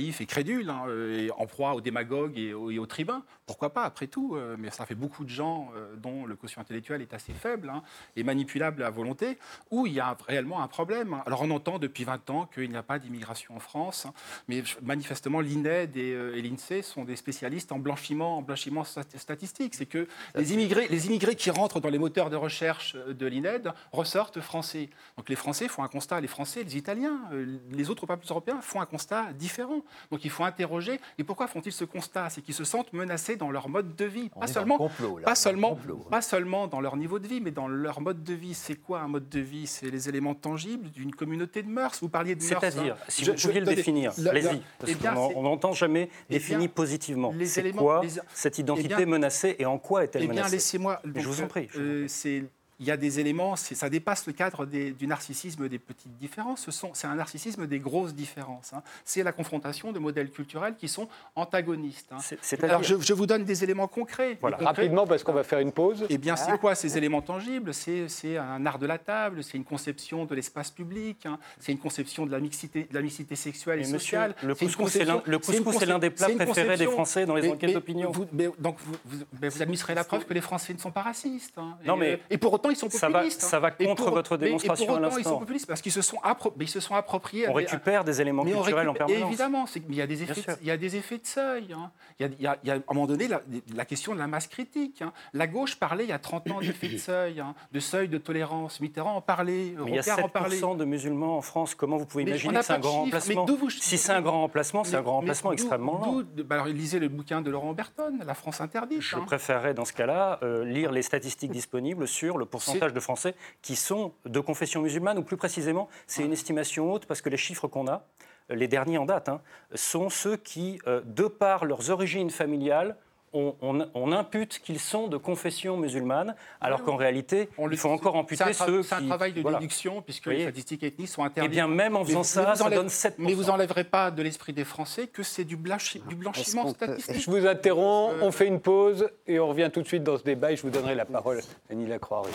Speaker 4: crédules, hein, et en proie aux démagogues et aux, et aux tribuns. Pourquoi pas, après tout, euh, mais ça fait beaucoup de gens euh, dont le quotient intellectuel est assez faible, hein, et manipulable à volonté, où il y a réellement un problème. Alors on entend depuis vingt ans qu'il n'y a pas d'immigration en France, hein, mais manifestement l'I N E D et, euh, et l'I N S E E sont des spécialistes en blanchiment, en blanchiment statistique. C'est que les immigrés, les immigrés qui rentrent dans les moteurs de recherche de l'I N E D ressortent français. Donc les Français font un constat, les Français, les Italiens, euh, les autres peuples européens font un constat différent. Donc il faut interroger. Et pourquoi font-ils ce constat? C'est qu'ils se sentent menacés dans leur mode de vie. Pas seulement, complot, là, pas, seulement, complot, hein. pas seulement dans leur niveau de vie, mais dans leur mode de vie. C'est quoi un mode de vie? C'est les éléments tangibles d'une communauté de mœurs. Vous parliez de mœurs.
Speaker 5: C'est-à-dire,
Speaker 4: hein.
Speaker 5: si je, vous pouviez le définir, allez-y. Parce qu'on n'entend jamais eh défini bien, positivement. C'est quoi les, cette identité eh bien, menacée et en quoi est-elle
Speaker 4: eh bien,
Speaker 5: menacée?
Speaker 4: Laissez-moi.
Speaker 5: Je vous en prie. Je
Speaker 4: euh, c'est Il y a des éléments, ça dépasse le cadre des, du narcissisme des petites différences, Ce sont, c'est un narcissisme des grosses différences. Hein. C'est la confrontation de modèles culturels qui sont antagonistes. Hein.
Speaker 5: C'est,
Speaker 4: Alors je, je vous donne des éléments concrets.
Speaker 1: Voilà.
Speaker 4: concrets.
Speaker 1: Rapidement, parce qu'on va faire une pause.
Speaker 4: Eh bien, c'est quoi ces éléments tangibles? c'est, c'est un art de la table, c'est une conception de l'espace public, hein. C'est une conception de la mixité, de la mixité sexuelle et, et sociale.
Speaker 5: Monsieur, le couscous, c'est l'un, le couscous c'est l'un des plats préférés des Français dans les
Speaker 4: mais,
Speaker 5: enquêtes
Speaker 4: mais,
Speaker 5: d'opinion.
Speaker 4: Vous, mais, donc vous, vous, mais vous administrez la preuve que les Français ne sont pas racistes. Hein.
Speaker 5: Non,
Speaker 4: et,
Speaker 5: mais
Speaker 4: et pour autant, ils sont populistes.
Speaker 5: Ça va contre
Speaker 4: pour,
Speaker 5: votre démonstration
Speaker 4: mais, et pour autant,
Speaker 5: à l'instant.
Speaker 4: Ils sont populistes parce qu'ils se sont, appro- ils se sont appropriés.
Speaker 5: On récupère des éléments culturels récupère, en permanence.
Speaker 4: Évidemment, c'est, mais il y a des effets, de, il y a des effets de seuil. Hein. Il, y a, il, y a, il y a à un moment donné la, la question de la masse critique. Hein. La gauche parlait il y a trente ans d'effets de seuil, hein, de seuil de tolérance. Mitterrand en parlait.
Speaker 5: Mais il y a sept pour cent de musulmans en France. Comment vous pouvez imaginer que c'est un grand remplacement?
Speaker 4: vous,
Speaker 5: Si c'est un grand remplacement, c'est un grand remplacement extrêmement lent.
Speaker 4: Bah alors, lisez le bouquin de Laurent Berton, La France interdite.
Speaker 5: Je
Speaker 4: hein.
Speaker 5: préférerais dans ce cas-là euh, lire les statistiques disponibles sur le pourcentage de Français qui sont de confession musulmane, ou plus précisément, c'est une estimation haute parce que les chiffres qu'on a, les derniers en date, hein, sont ceux qui, euh, de par leurs origines familiales, On, on, on impute qu'ils sont de confession musulmane, alors qu'en réalité, on il faut encore amputer
Speaker 4: tra-
Speaker 5: ceux qui...
Speaker 4: C'est un travail de
Speaker 5: voilà.
Speaker 4: déduction, puisque
Speaker 5: oui.
Speaker 4: les statistiques ethniques sont interdites.
Speaker 5: Eh bien, même en faisant mais, ça, mais ça enlève, donne sept pour cent.
Speaker 4: Mais vous n'enlèverez pas de l'esprit des Français que c'est du, blanchi, du blanchiment statistique.
Speaker 1: Peut... Je vous interromps, euh... on fait une pause et on revient tout de suite dans ce débat et je vous donnerai la parole, Annie Lacroix.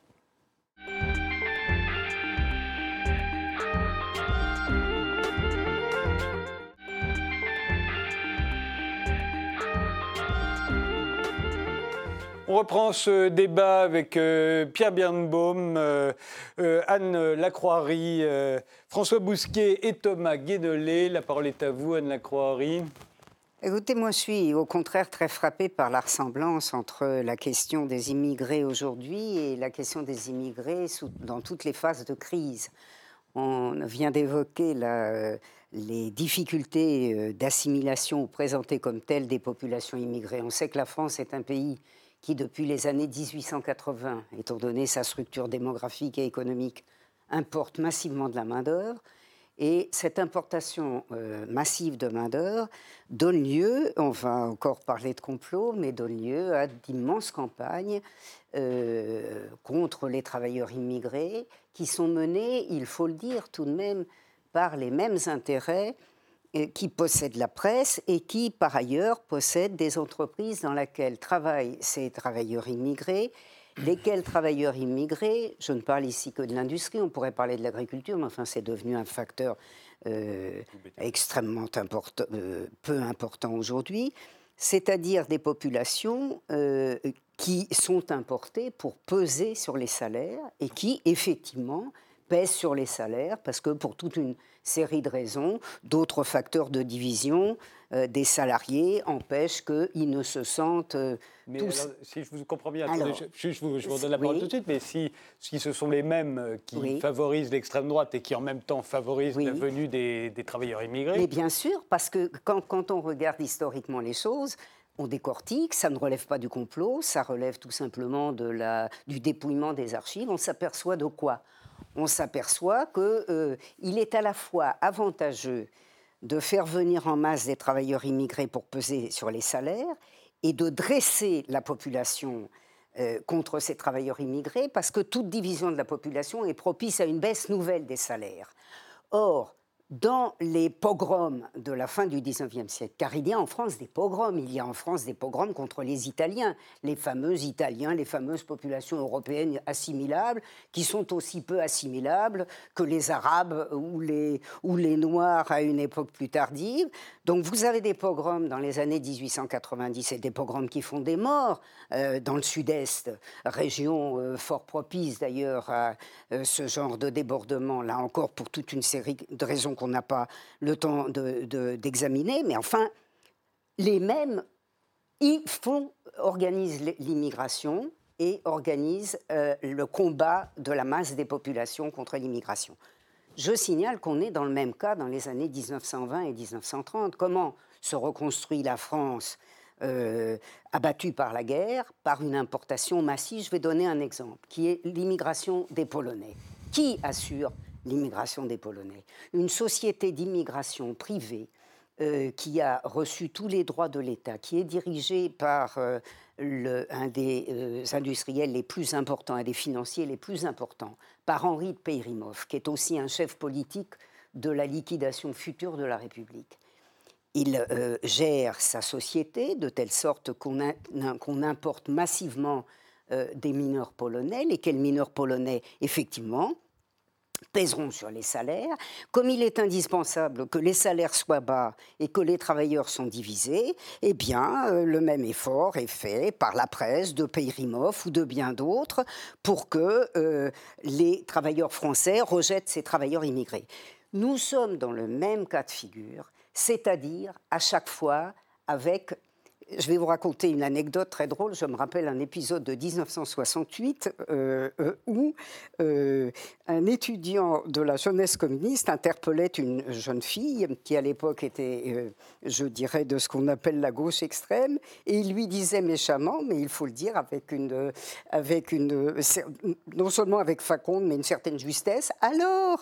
Speaker 1: On reprend ce débat avec euh, Pierre Birnbaum, euh, euh, Anne Lacroix-Ry, euh, François Bousquet et Thomas Guénolé. La parole est à vous, Anne Lacroix-Ry.
Speaker 3: Écoutez, moi je suis au contraire très frappée par la ressemblance entre la question des immigrés aujourd'hui et la question des immigrés sous, dans toutes les phases de crise. On vient d'évoquer la, euh, les difficultés euh, d'assimilation présentées comme telles des populations immigrées. On sait que la France est un pays qui, depuis les années dix-huit cent quatre-vingts, étant donné sa structure démographique et économique, importe massivement de la main-d'œuvre. Et cette importation euh, massive de main-d'œuvre donne lieu, on va encore parler de complot, mais donne lieu à d'immenses campagnes euh, contre les travailleurs immigrés qui sont menées, il faut le dire tout de même, par les mêmes intérêts qui possèdent la presse et qui, par ailleurs, possèdent des entreprises dans lesquelles travaillent ces travailleurs immigrés. Lesquels travailleurs immigrés, je ne parle ici que de l'industrie, on pourrait parler de l'agriculture, mais enfin c'est devenu un facteur euh, extrêmement important, euh, peu important aujourd'hui, c'est-à-dire des populations euh, qui sont importées pour peser sur les salaires et qui, effectivement, pèsent sur les salaires parce que pour toute une série de raisons, d'autres facteurs de division euh, des salariés empêchent qu'ils ne se sentent euh,
Speaker 1: mais
Speaker 3: tous...
Speaker 1: Alors, si je vous comprends bien, alors, attendez, je, je, vous, je vous redonne la parole oui. tout de suite, mais si, si ce sont les mêmes qui oui. favorisent l'extrême droite et qui en même temps favorisent oui. la venue des, des travailleurs immigrés...
Speaker 3: Mais bien sûr, parce que quand, quand on regarde historiquement les choses, on décortique, ça ne relève pas du complot, ça relève tout simplement de la, du dépouillement des archives. On s'aperçoit de quoi ? On s'aperçoit qu'il euh, est à la fois avantageux de faire venir en masse des travailleurs immigrés pour peser sur les salaires et de dresser la population euh, contre ces travailleurs immigrés parce que toute division de la population est propice à une baisse nouvelle des salaires. Or, dans les pogroms de la fin du dix-neuvième siècle, car il y a en France des pogroms, il y a en France des pogroms contre les Italiens, les fameux Italiens, les fameuses populations européennes assimilables, qui sont aussi peu assimilables que les Arabes ou les, ou les Noirs à une époque plus tardive. Donc vous avez des pogroms dans les années dix-huit cent quatre-vingt-dix, et des pogroms qui font des morts euh, dans le sud-est, région euh, fort propice d'ailleurs à euh, ce genre de débordement, là encore pour toute une série de raisons qu'on n'a pas le temps de, de, d'examiner, mais enfin, les mêmes, ils font, organisent l'immigration et organisent euh, le combat de la masse des populations contre l'immigration. Je signale qu'on est dans le même cas dans les années dix-neuf cent vingt et dix-neuf cent trente. Comment se reconstruit la France euh, abattue par la guerre, par une importation massive? Je vais donner un exemple, qui est l'immigration des Polonais. Qui assure l'immigration des Polonais? Une société d'immigration privée euh, qui a reçu tous les droits de l'État, qui est dirigée par euh, le, un des euh, industriels les plus importants, un des financiers les plus importants, par Henri de Peyrimov, qui est aussi un chef politique de la liquidation future de la République. Il euh, gère sa société de telle sorte qu'on, a, qu'on importe massivement euh, des mineurs polonais, lesquels mineurs polonais, effectivement, pèseront sur les salaires. Comme il est indispensable que les salaires soient bas et que les travailleurs sont divisés, eh bien, euh, le même effort est fait par la presse de Peyrimov ou de bien d'autres pour que euh, les travailleurs français rejettent ces travailleurs immigrés. Nous sommes dans le même cas de figure, c'est-à-dire à chaque fois avec... Je vais vous raconter une anecdote très drôle. Je me rappelle un épisode de dix-neuf cent soixante-huit euh, euh, où euh, un étudiant de la jeunesse communiste interpellait une jeune fille qui, à l'époque, était, euh, je dirais, de ce qu'on appelle la gauche extrême, et il lui disait méchamment, mais il faut le dire avec une, avec une non seulement avec faconde, mais une certaine justesse. Alors,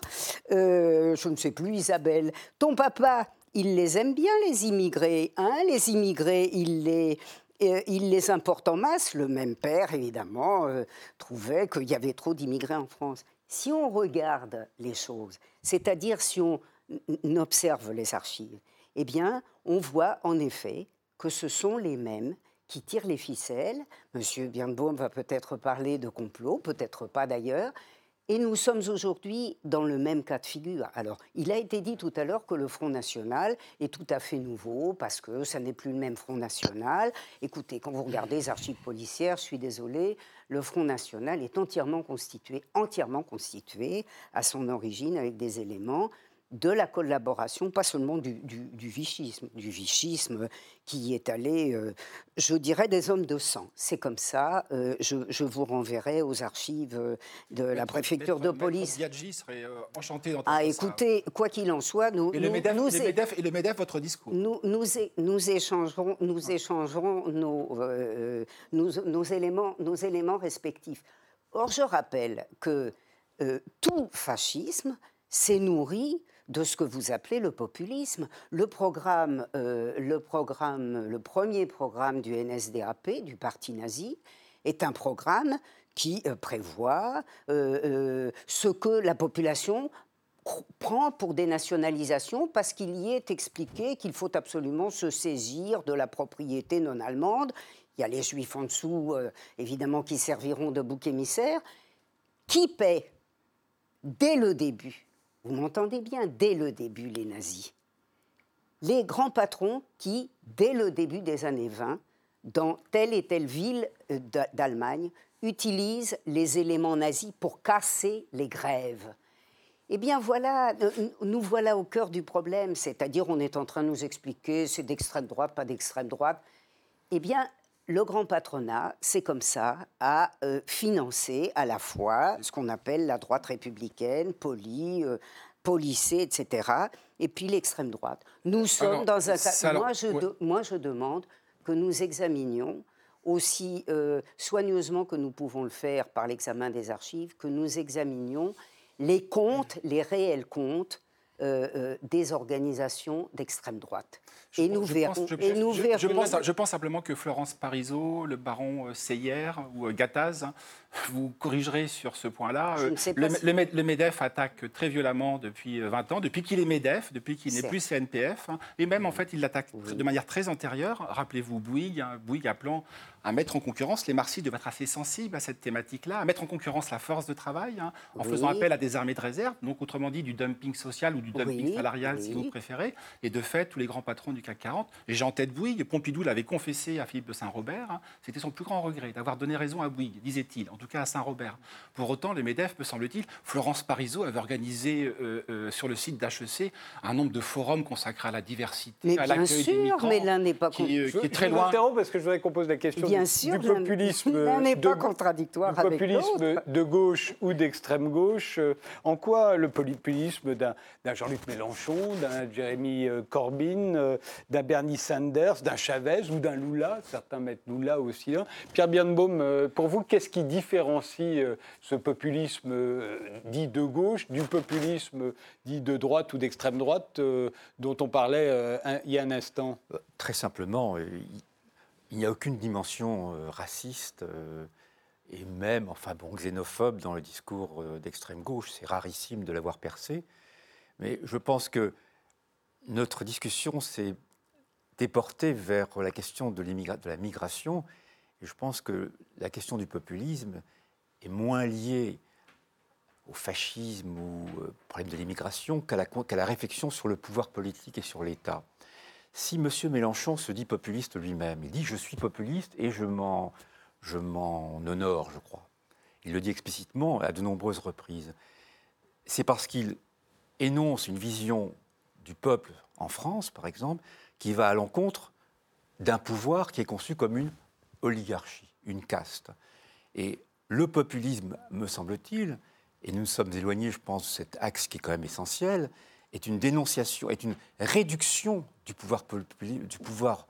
Speaker 3: euh, je ne sais plus, Isabelle, ton papa, il les aime bien, les immigrés. Hein, les immigrés, il les, euh, il les importe en masse. Le même père, évidemment, euh, trouvait qu'il y avait trop d'immigrés en France. Si on regarde les choses, c'est-à-dire si on n- observe les archives, eh bien, on voit en effet que ce sont les mêmes qui tirent les ficelles. Monsieur Birnbaum va peut-être parler de complot, peut-être pas d'ailleurs. Et nous sommes aujourd'hui dans le même cas de figure. Alors, il a été dit tout à l'heure que le Front National est tout à fait nouveau, parce que ça n'est plus le même Front National. Écoutez, quand vous regardez les archives policières, je suis désolée, le Front National est entièrement constitué, entièrement constitué à son origine avec des éléments de la collaboration, pas seulement du, du, du vichisme, du vichisme qui est allé, euh, je dirais, des hommes de sang. C'est comme ça, euh, je, je vous renverrai aux archives de la
Speaker 4: Maître,
Speaker 3: préfecture
Speaker 4: Maître,
Speaker 3: de police.
Speaker 4: Maître Biaggi serait euh, enchanté d'entendre
Speaker 3: Ah,
Speaker 4: ça.
Speaker 3: écoutez, quoi qu'il en soit, nous...
Speaker 4: Et le
Speaker 3: nous,
Speaker 4: MEDEF,
Speaker 3: nous
Speaker 4: le MEDEF, et le MEDEF, votre discours.
Speaker 3: Nous, nous, é, nous échangerons, nous échangerons nos, euh, nos, nos, éléments, nos éléments respectifs. Or, je rappelle que euh, tout fascisme s'est nourri de ce que vous appelez le populisme. Le programme, euh, le programme, le premier programme du N S D A P, du parti nazi, est un programme qui euh, prévoit euh, euh, ce que la population prend pour des nationalisations, parce qu'il y est expliqué qu'il faut absolument se saisir de la propriété non allemande. Il y a les Juifs en dessous, euh, évidemment, qui serviront de bouc émissaire. Qui paie dès le début? Vous m'entendez bien, dès le début, les nazis. Les grands patrons qui, dès le début des années vingt, dans telle et telle ville d'Allemagne, utilisent les éléments nazis pour casser les grèves. Eh bien voilà, nous voilà au cœur du problème, c'est-à-dire on est en train de nous expliquer c'est d'extrême droite, pas d'extrême droite. Eh bien, le grand patronat, c'est comme ça, a euh, financé à la fois ce qu'on appelle la droite républicaine, polie, euh, policée, et cetera, et puis l'extrême droite. Nous sommes alors, dans un cas... Moi, je ouais. de, moi, je demande que nous examinions aussi euh, soigneusement que nous pouvons le faire par l'examen des archives, que nous examinions les comptes, les réels comptes euh, euh, des organisations d'extrême droite.
Speaker 4: Je
Speaker 3: et
Speaker 4: pense-
Speaker 3: nous
Speaker 4: je
Speaker 3: verrons.
Speaker 4: pense- je-
Speaker 3: et nous
Speaker 4: je-
Speaker 3: verrons.
Speaker 4: je pense, je pense simplement que Florence Parisot, le baron euh, Seyer ou euh, Gattaz, hein, vous corrigerez sur ce point-là.
Speaker 3: Je
Speaker 4: Euh,
Speaker 3: ne sais pas
Speaker 4: Le,
Speaker 3: si-
Speaker 4: le Med- le MEDEF attaque très violemment depuis euh, vingt ans, depuis qu'il est MEDEF, depuis qu'il n'est
Speaker 3: Certes.
Speaker 4: plus C N P F. hein, et même, en fait, il l'attaque de manière très antérieure. Rappelez-vous Bouygues, hein, Bouygues appelant à mettre en concurrence, les Marseillais doivent être assez sensibles à cette thématique-là, à mettre en concurrence la force de travail, hein, en
Speaker 3: Oui.
Speaker 4: faisant appel à des armées de réserve, donc autrement dit du dumping social ou du dumping
Speaker 3: Oui,
Speaker 4: salarial, si
Speaker 3: oui.
Speaker 4: vous préférez. Et de fait, tous les grands patrons du C A C quarante, j'ai en tête Bouygues, Pompidou l'avait confessé à Philippe de Saint-Robert, hein, c'était son plus grand regret d'avoir donné raison à Bouygues, disait-il, en tout cas à Saint-Robert. Pour autant, le MEDEF, me semble-t-il, Florence Parisot avait organisé euh, euh, sur le site d'H E C un nombre de forums consacrés à la diversité,
Speaker 3: Mais
Speaker 4: à
Speaker 3: bien
Speaker 4: l'accueil des
Speaker 3: sûr,
Speaker 4: migrants,
Speaker 3: mais l'un n'est pas
Speaker 4: qui, euh,
Speaker 3: con-
Speaker 4: qui est très
Speaker 1: je vous
Speaker 4: loin.
Speaker 1: interromps parce que je voudrais qu'on pose la question
Speaker 3: Bien
Speaker 1: du,
Speaker 3: sûr,
Speaker 1: du
Speaker 3: l'un-
Speaker 1: populisme,
Speaker 3: l'un n'est
Speaker 1: de,
Speaker 3: pas contradictoire
Speaker 1: du
Speaker 3: avec
Speaker 1: populisme
Speaker 3: l'autre.
Speaker 1: de gauche ou d'extrême gauche. Euh, En quoi le populisme d'un d'un Jean-Luc Mélenchon, d'un Jeremy euh, Corbyn, euh, d'un Bernie Sanders, d'un Chavez ou d'un Lula, certains mettent Lula aussi là. Pierre Birnbaum, euh, pour vous, qu'est-ce qui différencie euh, ce populisme euh, dit de gauche du populisme dit de droite ou d'extrême droite euh, dont on parlait euh, un- il y a un instant?
Speaker 2: Très simplement, euh, il- il n'y a aucune dimension euh, raciste euh, et même, enfin bon, xénophobe dans le discours euh, d'extrême gauche. C'est rarissime de l'avoir percé. Mais je pense que notre discussion s'est déportée vers la question de, l'immigra- de la migration. Et je pense que la question du populisme est moins liée au fascisme ou au problème de l'immigration qu'à la, qu'à la réflexion sur le pouvoir politique et sur l'État. Si M. Mélenchon se dit populiste lui-même, il dit « je suis populiste et je m'en, je m'en honore, je crois ». Il le dit explicitement à de nombreuses reprises. C'est parce qu'il énonce une vision du peuple en France, par exemple, qui va à l'encontre d'un pouvoir qui est conçu comme une oligarchie, une caste. Et le populisme, me semble-t-il, et nous nous sommes éloignés, je pense, de cet axe qui est quand même essentiel, est une dénonciation, est une réduction du pouvoir, populi- du pouvoir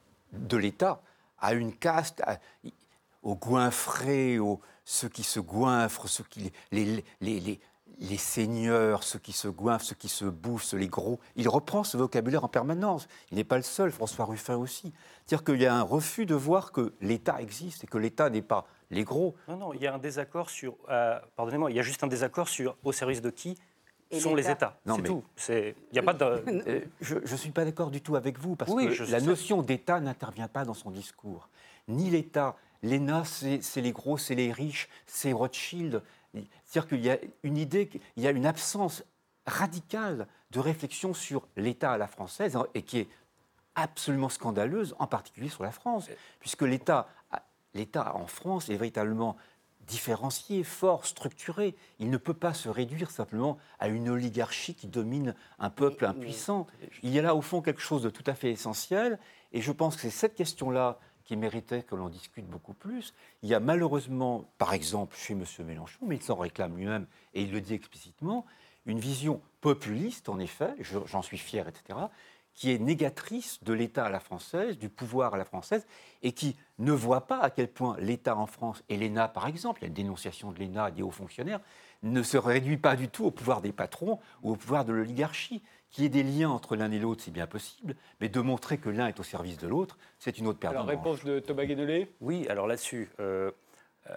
Speaker 2: de l'État à une caste, à- aux goinfrés, aux ceux qui se goinfrent, ceux qui, les, les, les, les seigneurs, ceux qui se goinfrent, ceux qui se bouffent, les gros. Il reprend ce vocabulaire en permanence. Il n'est pas le seul, François Ruffin aussi. C'est-à-dire qu'il y a un refus de voir que l'État existe et que l'État n'est pas les gros.
Speaker 5: Non, non, il y a un désaccord sur... euh, pardonnez-moi, il y a juste un désaccord sur au service de qui
Speaker 3: Et
Speaker 5: sont les
Speaker 3: l'État.
Speaker 5: États.
Speaker 2: Non,
Speaker 5: C'est
Speaker 2: mais-
Speaker 5: tout. C'est- Il n'y a pas de...
Speaker 2: Euh, je ne suis pas d'accord du tout avec vous, parce
Speaker 5: Oui,
Speaker 2: que
Speaker 5: je
Speaker 2: la
Speaker 5: sais.
Speaker 2: notion d'État n'intervient pas dans son discours. Ni l'État. L'E N A, c'est c'est les gros, c'est les riches, c'est Rothschild. C'est-à-dire qu'il y a une idée, il y a une absence radicale de réflexion sur l'État à la française, hein, et qui est absolument scandaleuse, en particulier sur la France, puisque l'État, l'État en France est véritablement différencié, fort, structuré. Il ne peut pas se réduire simplement à une oligarchie qui domine un peuple impuissant. Il y a là, au fond, quelque chose de tout à fait essentiel, et je pense que c'est cette question-là qui méritait que l'on discute beaucoup plus. Il y a malheureusement, par exemple, chez M. Mélenchon, mais il s'en réclame lui-même, et il le dit explicitement, une vision populiste, en effet, je- j'en suis fier, et cetera, qui est négatrice de l'État à la française, du pouvoir à la française, et qui ne voit pas à quel point l'État en France, et l'E N A par exemple, il y a une dénonciation de l'E N A et des hauts fonctionnaires, ne se réduit pas du tout au pouvoir des patrons ou au pouvoir de l'oligarchie. Qu'il y ait des liens entre l'un et l'autre, c'est bien possible, mais de montrer que l'un est au service de l'autre, c'est une autre paire de
Speaker 1: Alors,
Speaker 2: manches.
Speaker 1: réponse de Thomas Guénolé.
Speaker 5: Oui, alors là-dessus, euh, euh,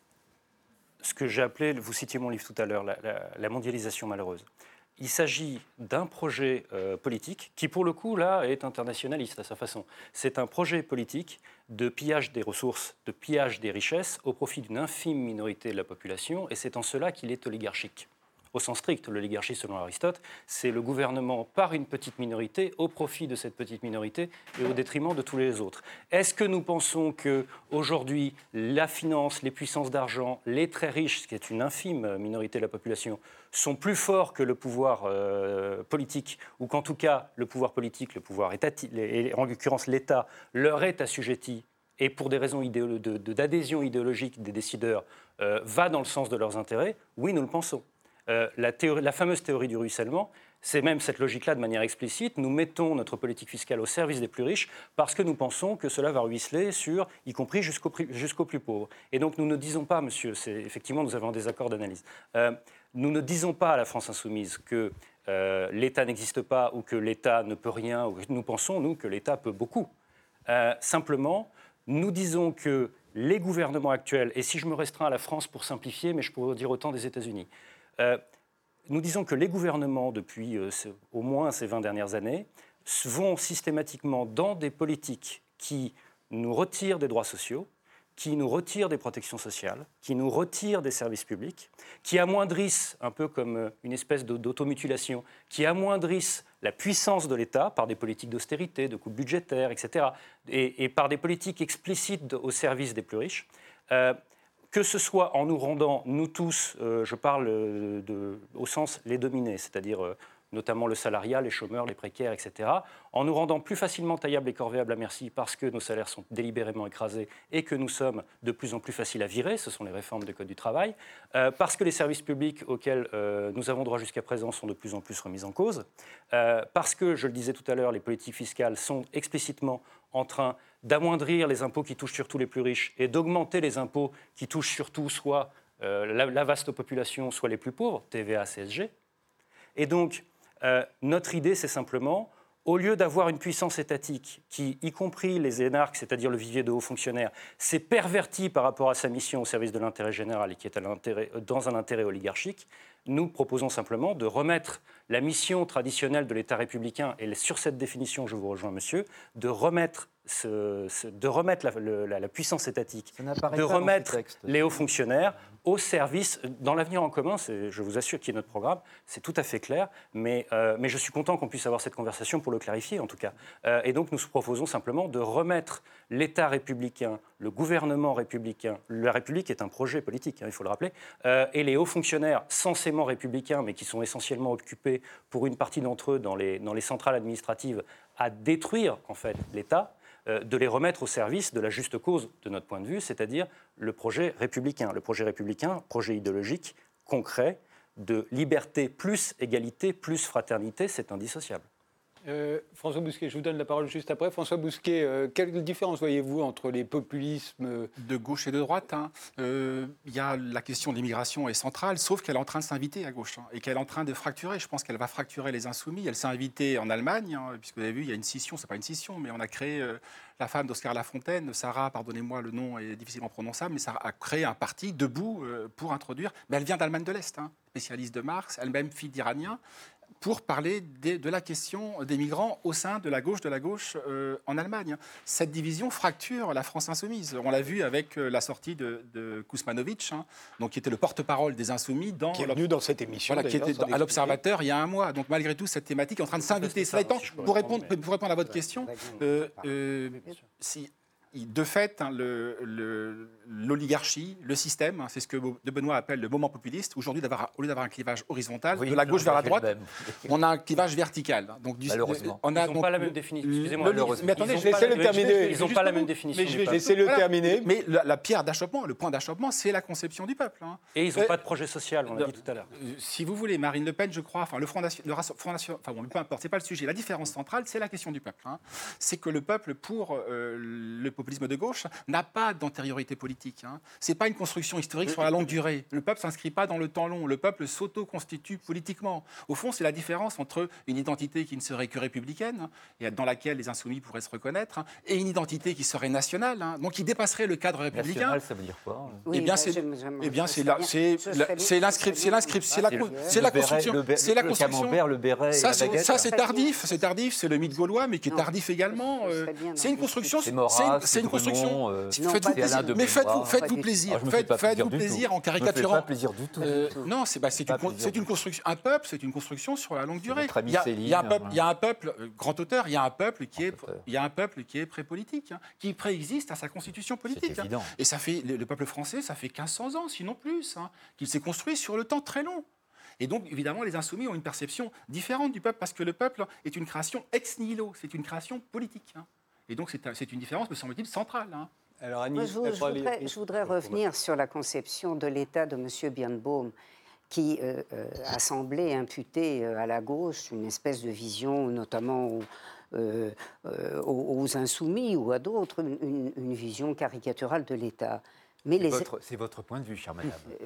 Speaker 5: ce que j'ai appelé, vous citiez mon livre tout à l'heure, la, la- la mondialisation malheureuse. Il s'agit d'un projet euh, politique qui, pour le coup, là, est internationaliste à sa façon. C'est un projet politique de pillage des ressources, de pillage des richesses au profit d'une infime minorité de la population, et c'est en cela qu'il est oligarchique. Au sens strict, l'oligarchie, selon Aristote, c'est le gouvernement par une petite minorité au profit de cette petite minorité et au détriment de tous les autres. Est-ce que nous pensons qu'aujourd'hui, la finance, les puissances d'argent, les très riches, ce qui est une infime minorité de la population, sont plus forts que le pouvoir euh, politique, ou qu'en tout cas, le pouvoir politique, le pouvoir étatique, et en l'occurrence l'État, leur est assujetti et pour des raisons idéolo- de- de- d'adhésion idéologique des décideurs, euh, va dans le sens de leurs intérêts? Oui, nous le pensons. Euh, la, théorie, la fameuse théorie du ruissellement, c'est même cette logique-là de manière explicite. Nous mettons notre politique fiscale au service des plus riches parce que nous pensons que cela va ruisseler sur, y compris jusqu'aux jusqu'aux plus pauvres. Et donc nous ne disons pas, monsieur, c'est, effectivement nous avons un désaccord d'analyse, euh, nous ne disons pas à la France insoumise que euh, l'État n'existe pas ou que l'État ne peut rien, ou que nous pensons, nous, que l'État peut beaucoup. Euh, simplement, nous disons que les gouvernements actuels, et si je me restreins à la France pour simplifier, mais je pourrais dire autant des États-Unis, euh, nous disons que les gouvernements, depuis euh, au moins ces vingt dernières années, vont systématiquement dans des politiques qui nous retirent des droits sociaux, qui nous retirent des protections sociales, qui nous retirent des services publics, qui amoindrissent, un peu comme une espèce d'automutilation, qui amoindrissent la puissance de l'État par des politiques d'austérité, de coupes budgétaires, et cetera, et, et par des politiques explicites au service des plus riches, euh, que ce soit en nous rendant, nous tous, euh, je parle de, de, au sens les dominés, c'est-à-dire euh, notamment le salariat, les chômeurs, les précaires, et cetera, en nous rendant plus facilement taillables et corvéables à merci parce que nos salaires sont délibérément écrasés et que nous sommes de plus en plus faciles à virer, ce sont les réformes du Code du travail, euh, parce que les services publics auxquels euh, nous avons droit jusqu'à présent sont de plus en plus remis en cause, euh, parce que, je le disais tout à l'heure, les politiques fiscales sont explicitement en train d'amoindrir les impôts qui touchent surtout les plus riches et d'augmenter les impôts qui touchent surtout soit euh, la, la vaste population, soit les plus pauvres, T V A, C S G. Et donc, Euh, notre idée, c'est simplement, au lieu d'avoir une puissance étatique qui, y compris les énarques, c'est-à-dire le vivier de hauts fonctionnaires, s'est perverti par rapport à sa mission au service de l'intérêt général et qui est à l'intérêt, dans un intérêt oligarchique, nous proposons simplement de remettre la mission traditionnelle de l'État républicain, et sur cette définition, je vous rejoins, monsieur, de remettre, ce, ce, de remettre la, le, la, la puissance étatique, de remettre les hauts fonctionnaires au service, dans l'avenir en commun, je vous assure qu'il est notre programme, c'est tout à fait clair, mais, euh, mais je suis content qu'on puisse avoir cette conversation pour le clarifier en tout cas. Euh, et donc nous proposons simplement de remettre l'État républicain, le gouvernement républicain, la République est un projet politique, hein, il faut le rappeler, euh, et les hauts fonctionnaires censément républicains, mais qui sont essentiellement occupés pour une partie d'entre eux dans les, dans les centrales administratives à détruire en fait l'État, euh, de les remettre au service de la juste cause de notre point de vue, c'est-à-dire le projet républicain. Le projet républicain, projet idéologique, concret, de liberté plus égalité plus fraternité, c'est indissociable.
Speaker 1: Euh, François Bousquet, je vous donne la parole juste après. François Bousquet, euh, quelle différence voyez-vous entre les populismes
Speaker 4: de gauche et de droite? hein. euh, y a la question de l'immigration est centrale, sauf qu'elle est en train de s'inviter à gauche hein, et qu'elle est en train de fracturer. Je pense qu'elle va fracturer les insoumis. Elle s'est invitée en Allemagne, hein, puisque vous avez vu, il y a une scission. C'est pas une scission, mais on a créé euh, la femme d'Oscar Lafontaine, Sarah, pardonnez-moi, le nom est difficilement prononçable, mais Sarah a créé un parti debout euh, pour introduire. Mais elle vient d'Allemagne de l'Est, hein, spécialiste de Marx, elle-même fille d'Iraniens, pour parler de, de la question des migrants au sein de la gauche de la gauche euh, en Allemagne. Cette division fracture la France insoumise. On l'a vu avec euh, la sortie de, de Kuzmanovic, hein, donc, qui était le porte-parole des insoumis. Dans
Speaker 1: qui est venu dans cette émission.
Speaker 4: Voilà, qui était dans, à l'Observateur il y a un mois. Donc malgré tout, cette thématique est en train de s'inviter. Cela étant, pour répondre, pour répondre à votre question, euh, euh, si... De fait, hein, le, le, l'oligarchie, le système, hein, c'est ce que de Benoît appelle le moment populiste. Aujourd'hui, d'avoir, au lieu d'avoir un clivage horizontal, oui, de la gauche vers la droite, on a un clivage vertical. Donc, du,
Speaker 5: malheureusement.
Speaker 4: On a,
Speaker 5: ils n'ont
Speaker 4: donc,
Speaker 5: pas la même définition. Excusez-moi.
Speaker 4: Mais attendez,
Speaker 1: je vais laisser le terminer.
Speaker 5: Ils n'ont pas la même définition.
Speaker 1: Mais je vais laisser le terminer.
Speaker 4: Mais la, la pierre d'achoppement, le point d'achoppement, c'est la conception du peuple. Hein.
Speaker 5: Et ils n'ont pas de projet social, on l'a dit tout à l'heure.
Speaker 4: Si vous voulez, Marine Le Pen, je crois, enfin, le Front National, le Front National, enfin bon, peu importe, c'est pas le sujet. La différence centrale, c'est la question du peuple. Hein. C'est que le peuple, pour euh, le populisme de gauche, n'a pas d'antériorité politique. Hein. Ce n'est pas une construction historique sur la longue durée. Le peuple ne s'inscrit pas dans le temps long. Le peuple s'auto-constitue politiquement. Au fond, c'est la différence entre une identité qui ne serait que républicaine, hein, et dans laquelle les insoumis pourraient se reconnaître, hein, et une identité qui serait nationale, hein, donc qui dépasserait le cadre républicain.
Speaker 2: National, ça veut dire quoi?
Speaker 3: Oui,
Speaker 4: eh bien,
Speaker 3: bah,
Speaker 4: c'est,
Speaker 3: j'aime, j'aime,
Speaker 4: eh bien, c'est,
Speaker 3: bien,
Speaker 4: la, c'est, la, c'est l'inscription, c'est l'inscription, c'est la, c'est la construction,
Speaker 2: le,
Speaker 4: c'est la
Speaker 2: le
Speaker 4: construction.
Speaker 2: camembert, le béret,
Speaker 4: ça,
Speaker 2: et la
Speaker 4: c'est,
Speaker 2: baguette.
Speaker 4: ça, c'est tardif, c'est tardif, c'est le mythe gaulois, mais qui est tardif également. Euh, c'est une construction,
Speaker 2: c'est Maurras,
Speaker 4: c'est une construction.
Speaker 2: Euh,
Speaker 4: faites-vous plaisir, mais faites-vous, faites-vous plaisir, faites, faites-vous plaisir en caricaturant.
Speaker 2: Pas plaisir du tout.
Speaker 4: Euh, non, c'est, bah, c'est, une, c'est une construction. Un peuple, c'est une construction sur la longue durée.
Speaker 2: Il y a,
Speaker 4: il y a un peuple, il y a un peuple, grand auteur, il y a un peuple qui est, il y a un peuple qui est pré-politique, hein, qui préexiste à sa constitution politique. Hein. Et ça fait le, le peuple français, ça fait mille cinq cents ans, sinon plus, hein, qu'il s'est construit sur le temps très long. Et donc, évidemment, les insoumis ont une perception différente du peuple, parce que le peuple est une création ex nihilo, c'est une création politique. Hein. Et donc, c'est, c'est une différence, me semble-t-il, centrale. Hein.
Speaker 3: Alors, Annie, Moi, je, je, voudrais, je voudrais revenir sur la conception de l'État de M. Birnbaum, qui euh, euh, a semblé imputer euh, à la gauche une espèce de vision, notamment aux, euh, euh, aux insoumis ou à d'autres, une, une vision caricaturale de l'État.
Speaker 2: Mais c'est, les... votre, c'est votre point de vue, chère madame.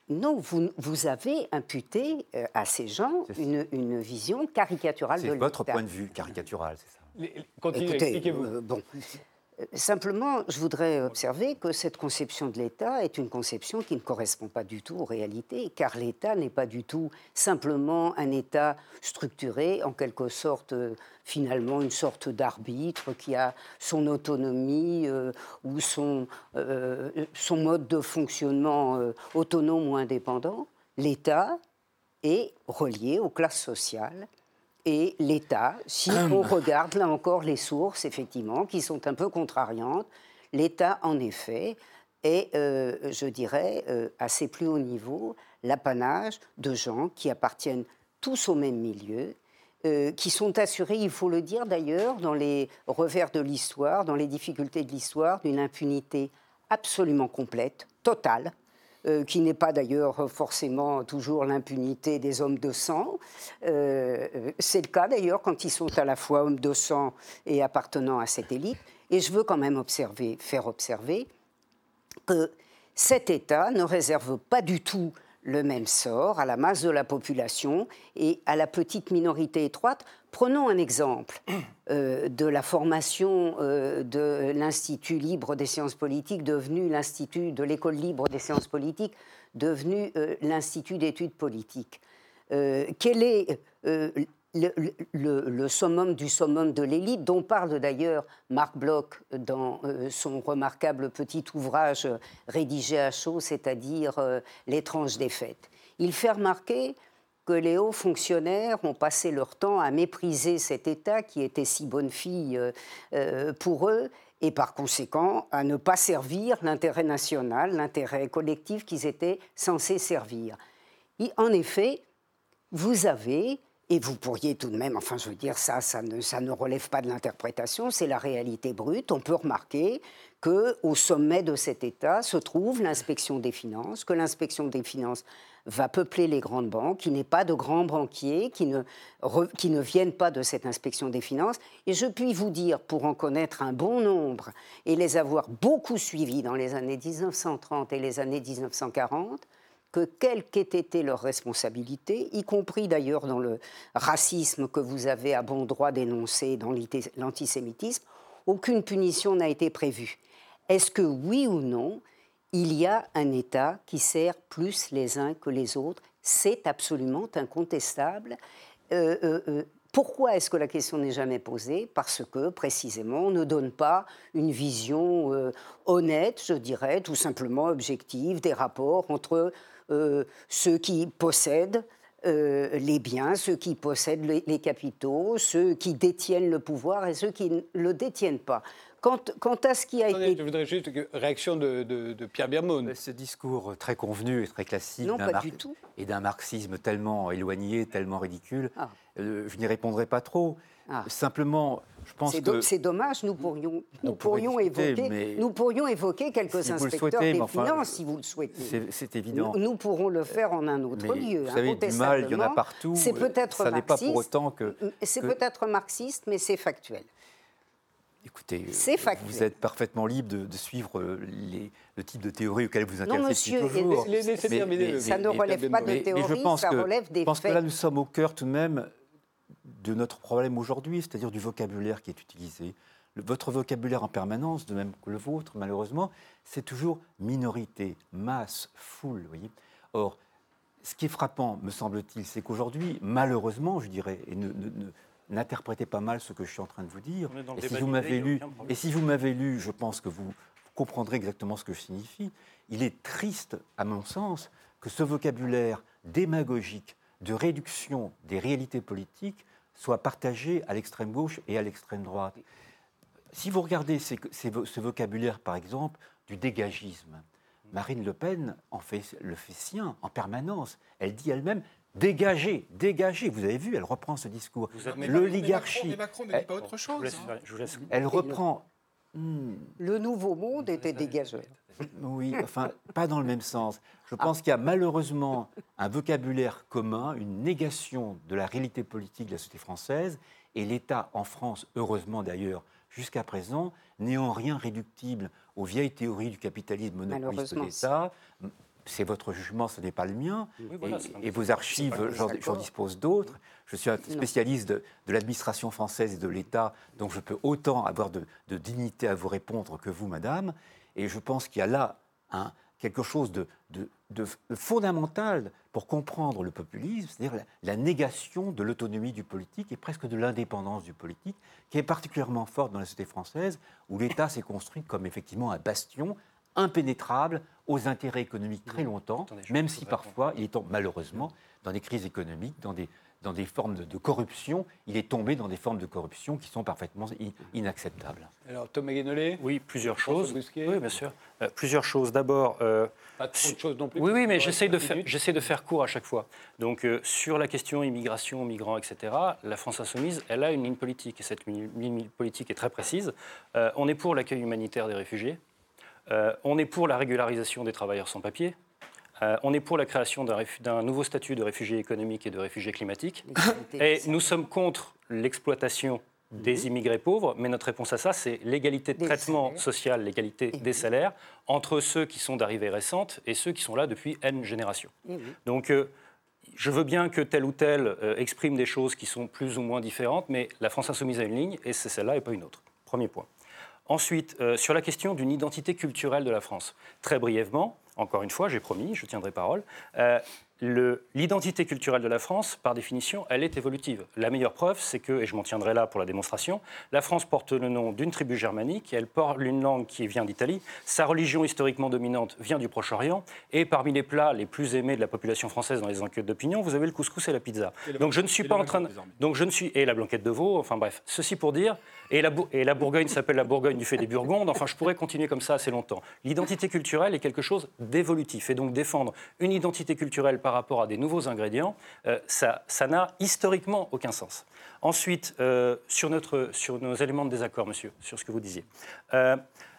Speaker 3: Non, vous, vous avez imputé euh, à ces gens une, une vision caricaturale de l'État.
Speaker 2: C'est votre point de vue caricatural, c'est ça.
Speaker 1: Les- Continuez,
Speaker 3: Écoutez,
Speaker 1: expliquez-vous.
Speaker 3: euh, bon. Euh, Simplement, je voudrais observer que cette conception de l'État est une conception qui ne correspond pas du tout aux réalités, car l'État n'est pas du tout simplement un État structuré, en quelque sorte, euh, finalement, une sorte d'arbitre qui a son autonomie euh, ou son, euh, son mode de fonctionnement euh, autonome ou indépendant. L'État est relié aux classes sociales. Et l'État, si on regarde là encore les sources, effectivement, qui sont un peu contrariantes, l'État, en effet, est, euh, je dirais, euh, à ses plus hauts niveaux, l'apanage de gens qui appartiennent tous au même milieu, euh, qui sont assurés, il faut le dire d'ailleurs, dans les revers de l'histoire, dans les difficultés de l'histoire, d'une impunité absolument complète, totale, Euh, qui n'est pas d'ailleurs forcément toujours l'impunité des hommes de sang. Euh, c'est le cas d'ailleurs quand ils sont à la fois hommes de sang et appartenant à cette élite. Et je veux quand même observer, faire observer que cet État ne réserve pas du tout le même sort à la masse de la population et à la petite minorité étroite. Prenons un exemple euh, de la formation euh, de l'Institut libre des sciences politiques, devenu l'Institut de l'École libre des sciences politiques, devenu euh, l'Institut d'études politiques. Euh, quel est euh, le, le, le summum du summum de l'élite, dont parle d'ailleurs Marc Bloch dans euh, son remarquable petit ouvrage rédigé à chaud, c'est-à-dire euh, L'étrange défaite. Il fait remarquer que les hauts fonctionnaires ont passé leur temps à mépriser cet État qui était si bonne fille euh, euh, pour eux, et par conséquent à ne pas servir l'intérêt national, l'intérêt collectif qu'ils étaient censés servir. Et en effet, vous avez, et vous pourriez tout de même, enfin je veux dire, ça, ça ne, ça ne relève pas de l'interprétation, c'est la réalité brute, on peut remarquer qu'au sommet de cet État se trouve l'inspection des finances, que l'inspection des finances va peupler les grandes banques, qu'il n'y ait pas de grands banquiers qui ne, re, qui ne viennent pas de cette inspection des finances. Et je puis vous dire, pour en connaître un bon nombre et les avoir beaucoup suivis dans les années dix-neuf cent trente et les années dix-neuf cent quarante, que quelle qu'ait été leur responsabilité, y compris d'ailleurs dans le racisme que vous avez à bon droit dénoncé, dans l'antisémitisme, aucune punition n'a été prévue. Est-ce que oui ou non, il y a un État qui sert plus les uns que les autres? C'est absolument incontestable. Euh, euh, euh, Pourquoi est-ce que la question n'est jamais posée? Parce que, précisément, on ne donne pas une vision euh, honnête, je dirais, tout simplement objective, des rapports entre euh, ceux qui possèdent euh, les biens, ceux qui possèdent les, les capitaux, ceux qui détiennent le pouvoir et ceux qui ne le détiennent pas. Quant, quant à ce qui a
Speaker 1: Attendez,
Speaker 3: été...
Speaker 1: Je voudrais juste une réaction de, de, de Pierre Birmone.
Speaker 2: Ce discours très convenu et très classique
Speaker 3: Non,
Speaker 2: d'un
Speaker 3: pas
Speaker 2: mar-
Speaker 3: du tout.
Speaker 2: et d'un marxisme tellement éloigné, tellement ridicule,
Speaker 3: Ah.
Speaker 2: euh, je n'y répondrai pas trop.
Speaker 3: Ah.
Speaker 2: Simplement, je pense
Speaker 3: C'est
Speaker 2: que...
Speaker 3: do- c'est dommage, nous pourrions, nous
Speaker 2: On pourrait
Speaker 3: pourrions
Speaker 2: discuter,
Speaker 3: évoquer,
Speaker 2: mais-
Speaker 3: nous pourrions évoquer quelques
Speaker 2: Si vous le
Speaker 3: inspecteurs
Speaker 2: souhaitez,
Speaker 3: des
Speaker 2: mais enfin,
Speaker 3: finances, si vous le souhaitez.
Speaker 2: C'est, c'est évident.
Speaker 3: Nous, nous pourrons le faire en un autre
Speaker 2: Mais
Speaker 3: lieu.
Speaker 2: vous savez, du mal, il y en a partout.
Speaker 3: C'est peut-être
Speaker 2: Ça n'est pas pour
Speaker 3: marxiste,
Speaker 2: autant que...
Speaker 3: C'est
Speaker 2: que-
Speaker 3: peut-être marxiste, mais c'est factuel.
Speaker 2: Écoutez,
Speaker 3: C'est factuel.
Speaker 2: vous êtes parfaitement libre de, de suivre les, le type de théorie auquel vous intéressez
Speaker 3: monsieur,
Speaker 2: depuis toujours.
Speaker 3: et- laissez terminer, ça ne relève pas de
Speaker 2: mais- mais
Speaker 3: théorie,
Speaker 2: je pense
Speaker 3: ça
Speaker 2: que,
Speaker 3: relève des
Speaker 2: Je pense
Speaker 3: faits.
Speaker 2: que là, nous sommes au cœur tout de même de notre problème aujourd'hui, c'est-à-dire du vocabulaire qui est utilisé. Le- votre vocabulaire en permanence, de même que le vôtre, malheureusement, c'est toujours minorité, masse, foule. Vous voyez. Or, ce qui est frappant, me semble-t-il, c'est qu'aujourd'hui, malheureusement, je dirais, et ne, ne- ne- n'interprétez pas mal ce que je suis en train de vous dire.
Speaker 5: On est dans le
Speaker 2: Et si
Speaker 5: débat
Speaker 2: vous
Speaker 5: d'idées,
Speaker 2: m'avez
Speaker 5: il y a
Speaker 2: lu,
Speaker 5: aucun problème.
Speaker 2: et si vous m'avez lu, je pense que vous comprendrez exactement ce que je signifie. Il est triste, à mon sens, que ce vocabulaire démagogique de réduction des réalités politiques soit partagé à l'extrême gauche et à l'extrême droite. Si vous regardez ces- ces- ce vocabulaire, par exemple, du dégagisme, Marine Le Pen en fait, le fait sien en permanence. Elle dit elle-même « dégagez, dégagez ». Vous avez vu, elle reprend ce discours.
Speaker 4: Mais
Speaker 2: L'oligarchie...
Speaker 4: Mais Macron, mais Macron ne dit pas autre chose.
Speaker 5: Je vous laisse
Speaker 4: hein.
Speaker 5: faire- je vous laisse-
Speaker 2: Elle reprend... Hmm,
Speaker 3: Le nouveau monde était dégageur.
Speaker 2: oui, enfin, pas dans le même sens. Je pense qu'il y a malheureusement un vocabulaire commun, une négation de la réalité politique de la société française, et l'État en France, heureusement d'ailleurs, jusqu'à présent, n'est en rien réductible aux vieilles théories du capitalisme monopoliste de
Speaker 3: Malheureusement.
Speaker 2: l'État. c'est votre jugement, ce n'est pas le mien.
Speaker 5: Oui, voilà,
Speaker 2: et, et vos archives, j'en, j'en dispose d'autres. Je suis un spécialiste de, de l'administration française et de l'État, donc je peux autant avoir de, de dignité à vous répondre que vous, madame. Et je pense qu'il y a là un, quelque chose de, de, de, de fondamental pour comprendre le populisme, c'est-à-dire la, la négation de l'autonomie du politique et presque de l'indépendance du politique, qui est particulièrement forte dans la société française, où l'État s'est construit comme effectivement un bastion impénétrable aux intérêts économiques très longtemps, Attendez, même si parfois il est tombé, malheureusement, dans des crises économiques, dans des, dans des formes de, de corruption, il est tombé dans des formes de corruption qui sont parfaitement in, inacceptables.
Speaker 1: Alors Thomas Guénolé ?
Speaker 5: Oui, plusieurs choses. Oui, bien sûr. Euh, plusieurs choses. D'abord... Euh,
Speaker 1: Pas trop de choses non plus.
Speaker 5: Oui, oui, mais j'essaie de, faire, j'essaie de faire court à chaque fois. Donc, euh, sur la question immigration, migrants, et cetera, la France Insoumise, elle a une ligne politique. Et cette ligne politique est très précise. Euh, on est pour l'accueil humanitaire des réfugiés. Euh, on est pour la régularisation des travailleurs sans papier. Euh, on est pour la création d'un, réfu- d'un nouveau statut de réfugié économique et de réfugié climatique. Et nous sommes contre l'exploitation des immigrés pauvres, mais notre réponse à ça, c'est l'égalité de traitement social, l'égalité des salaires entre ceux qui sont d'arrivée récente et ceux qui sont là depuis N générations. Donc, euh, je veux bien que tel ou tel euh, exprime des choses qui sont plus ou moins différentes, mais la France Insoumise a une ligne, et c'est celle-là et pas une autre. Premier point. Ensuite, euh, sur la question d'une identité culturelle de la France. Très brièvement, encore une fois, j'ai promis, je tiendrai parole, euh, le, l'identité culturelle de la France, par définition, elle est évolutive. La meilleure preuve, c'est que, et je m'en tiendrai là pour la démonstration, la France porte le nom d'une tribu germanique, elle porte une langue qui vient d'Italie, sa religion historiquement dominante vient du Proche-Orient, et parmi les plats les plus aimés de la population française dans les enquêtes d'opinion, vous avez le couscous et la pizza. Et donc je ne suis pas en train de... Donc je ne suis... Et la blanquette de veau, enfin bref, ceci pour dire... Et la, et la Bourgogne s'appelle la Bourgogne du fait des Burgondes, enfin je pourrais continuer comme ça assez longtemps. L'identité culturelle est quelque chose d'évolutif, et donc défendre une identité culturelle par rapport à des nouveaux ingrédients, euh, ça, ça n'a historiquement aucun sens. Ensuite, euh, sur, notre, sur nos éléments de désaccord, monsieur, sur ce que vous disiez, euh,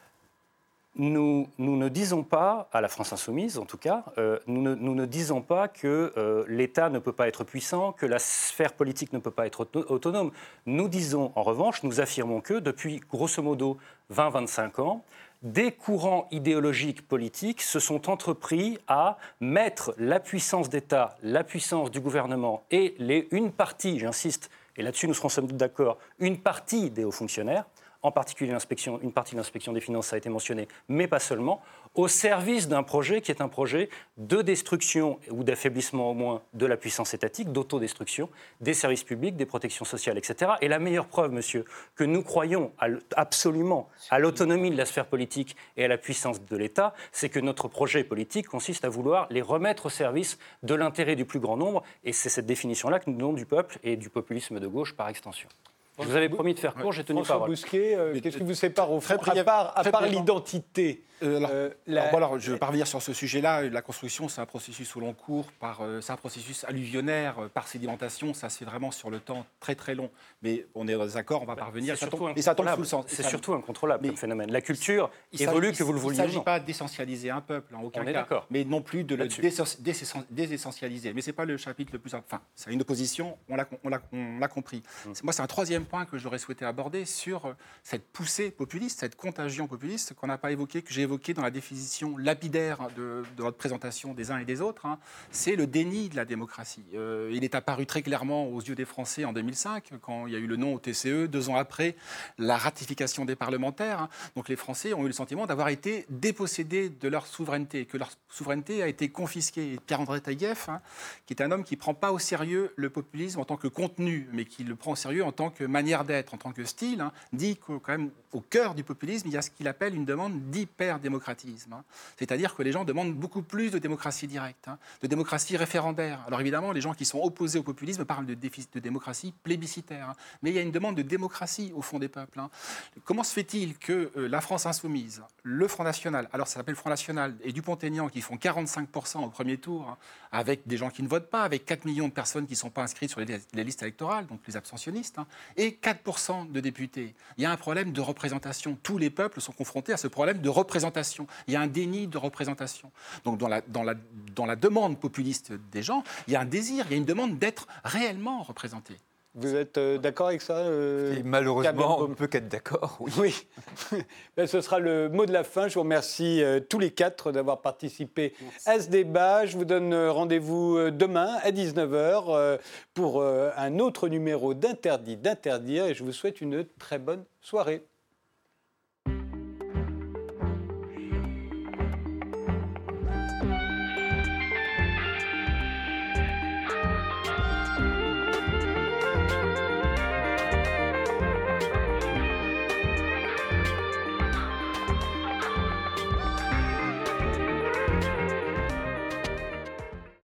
Speaker 5: nous, nous ne disons pas, à la France Insoumise en tout cas, euh, nous, ne, nous ne disons pas que euh, l'État ne peut pas être puissant, que la sphère politique ne peut pas être auto- autonome. Nous disons, en revanche, nous affirmons que depuis grosso modo vingt à vingt-cinq ans, des courants idéologiques politiques se sont entrepris à mettre la puissance d'État, la puissance du gouvernement et les, une partie, j'insiste, et là-dessus nous serons sans doute d'accord, une partie des hauts fonctionnaires, en particulier l'inspection, une partie de l'inspection des finances, ça a été mentionné, mais pas seulement, au service d'un projet qui est un projet de destruction ou d'affaiblissement au moins de la puissance étatique, d'autodestruction, des services publics, des protections sociales, et cetera. Et la meilleure preuve, monsieur, que nous croyons à l- absolument à l'autonomie de la sphère politique et à la puissance de l'État, c'est que notre projet politique consiste à vouloir les remettre au service de l'intérêt du plus grand nombre, et c'est cette définition-là que nous donnons du peuple et du populisme de gauche par extension. Je vous avais promis de faire court, j'ai tenu
Speaker 1: François
Speaker 5: parole.
Speaker 1: Bousquet, euh, qu'est-ce qui vous sépare au fond, à part, à part l'identité
Speaker 4: Euh, alors,
Speaker 1: Euh,
Speaker 4: alors,
Speaker 1: la-
Speaker 4: bon, alors, je vais pas revenir sur ce sujet-là. La construction, c'est un processus au long cours, par, euh, c'est un processus alluvionnaire, euh, par sédimentation. Ça se fait vraiment sur le temps très très long. Mais on est d'accord, on va pas revenir.
Speaker 5: C'est
Speaker 4: Ça
Speaker 5: surtout
Speaker 4: tombe- et ça tombe
Speaker 5: incontrôlable.
Speaker 4: sous le sens.
Speaker 5: C'est
Speaker 4: Ça-
Speaker 5: surtout incontrôlable
Speaker 4: Mais
Speaker 5: comme phénomène. La culture
Speaker 4: il
Speaker 5: évolue
Speaker 4: s'agit-
Speaker 5: que vous le
Speaker 4: Il
Speaker 5: vouliez
Speaker 4: ne
Speaker 5: ou
Speaker 4: s'agit
Speaker 5: non.
Speaker 4: pas d'essentialiser un peuple, en aucun
Speaker 5: On est
Speaker 4: cas.
Speaker 5: d'accord.
Speaker 4: Mais non plus de le
Speaker 5: Là-dessus.
Speaker 4: désen- désessen- désessentialiser. Mais ce n'est pas le chapitre le plus important. Enfin, c'est une opposition, on l'a, on l'a, on l'a compris.
Speaker 5: Hum.
Speaker 4: C'est- Moi, c'est un troisième point que j'aurais souhaité aborder sur euh, cette poussée populiste, cette contagion populiste qu'on n'a pas évoquée, que j'ai évoquée dans la définition lapidaire de, de notre présentation des uns et des autres. Hein. C'est le déni de la démocratie. Euh, il est apparu très clairement aux yeux des Français en deux mille cinq, quand il y a eu le non au T C E, deux ans après la ratification des parlementaires. Hein. Donc les Français ont eu le sentiment d'avoir été dépossédés de leur souveraineté, que leur souveraineté a été confisquée. Et Pierre-André Taillefer, hein, qui est un homme qui ne prend pas au sérieux le populisme en tant que contenu, mais qui le prend au sérieux en tant que manière d'être, en tant que style, hein, dit qu'au quand même, au cœur du populisme, il y a ce qu'il appelle une demande d'hyper-démocratisme. Hein. C'est-à-dire que les gens demandent beaucoup plus de démocratie directe, hein, de démocratie référendaire. Alors évidemment, les gens qui sont opposés au populisme parlent de, défi- de démocratie plébiscitaire. Hein. Mais il y a une demande de démocratie au fond des peuples. Hein. Comment se fait-il que euh, la France insoumise, le Front National, alors ça s'appelle Front National, et Dupont-Aignan qui font quarante-cinq pour cent au premier tour, hein, avec des gens qui ne votent pas, avec quatre millions de personnes qui ne sont pas inscrites sur les, les listes électorales, donc les abstentionnistes, hein, et quatre pour cent de députés. Il y a un problème de représentation. Tous les peuples sont confrontés à ce problème de représentation. Il y a un déni de représentation. Donc dans la, dans la, dans la demande populiste des gens, il y a un désir, il y a une demande d'être réellement représentés.
Speaker 1: Vous êtes euh, d'accord avec ça euh,
Speaker 2: Et malheureusement, on ne peut qu'être d'accord. Oui.
Speaker 1: oui. Ben, ce sera le mot de la fin. Je vous remercie euh, tous les quatre d'avoir participé Merci. à ce débat. Je vous donne rendez-vous euh, demain à dix-neuf heures euh, pour euh, un autre numéro d'Interdit d'interdire. Et je vous souhaite une très bonne soirée.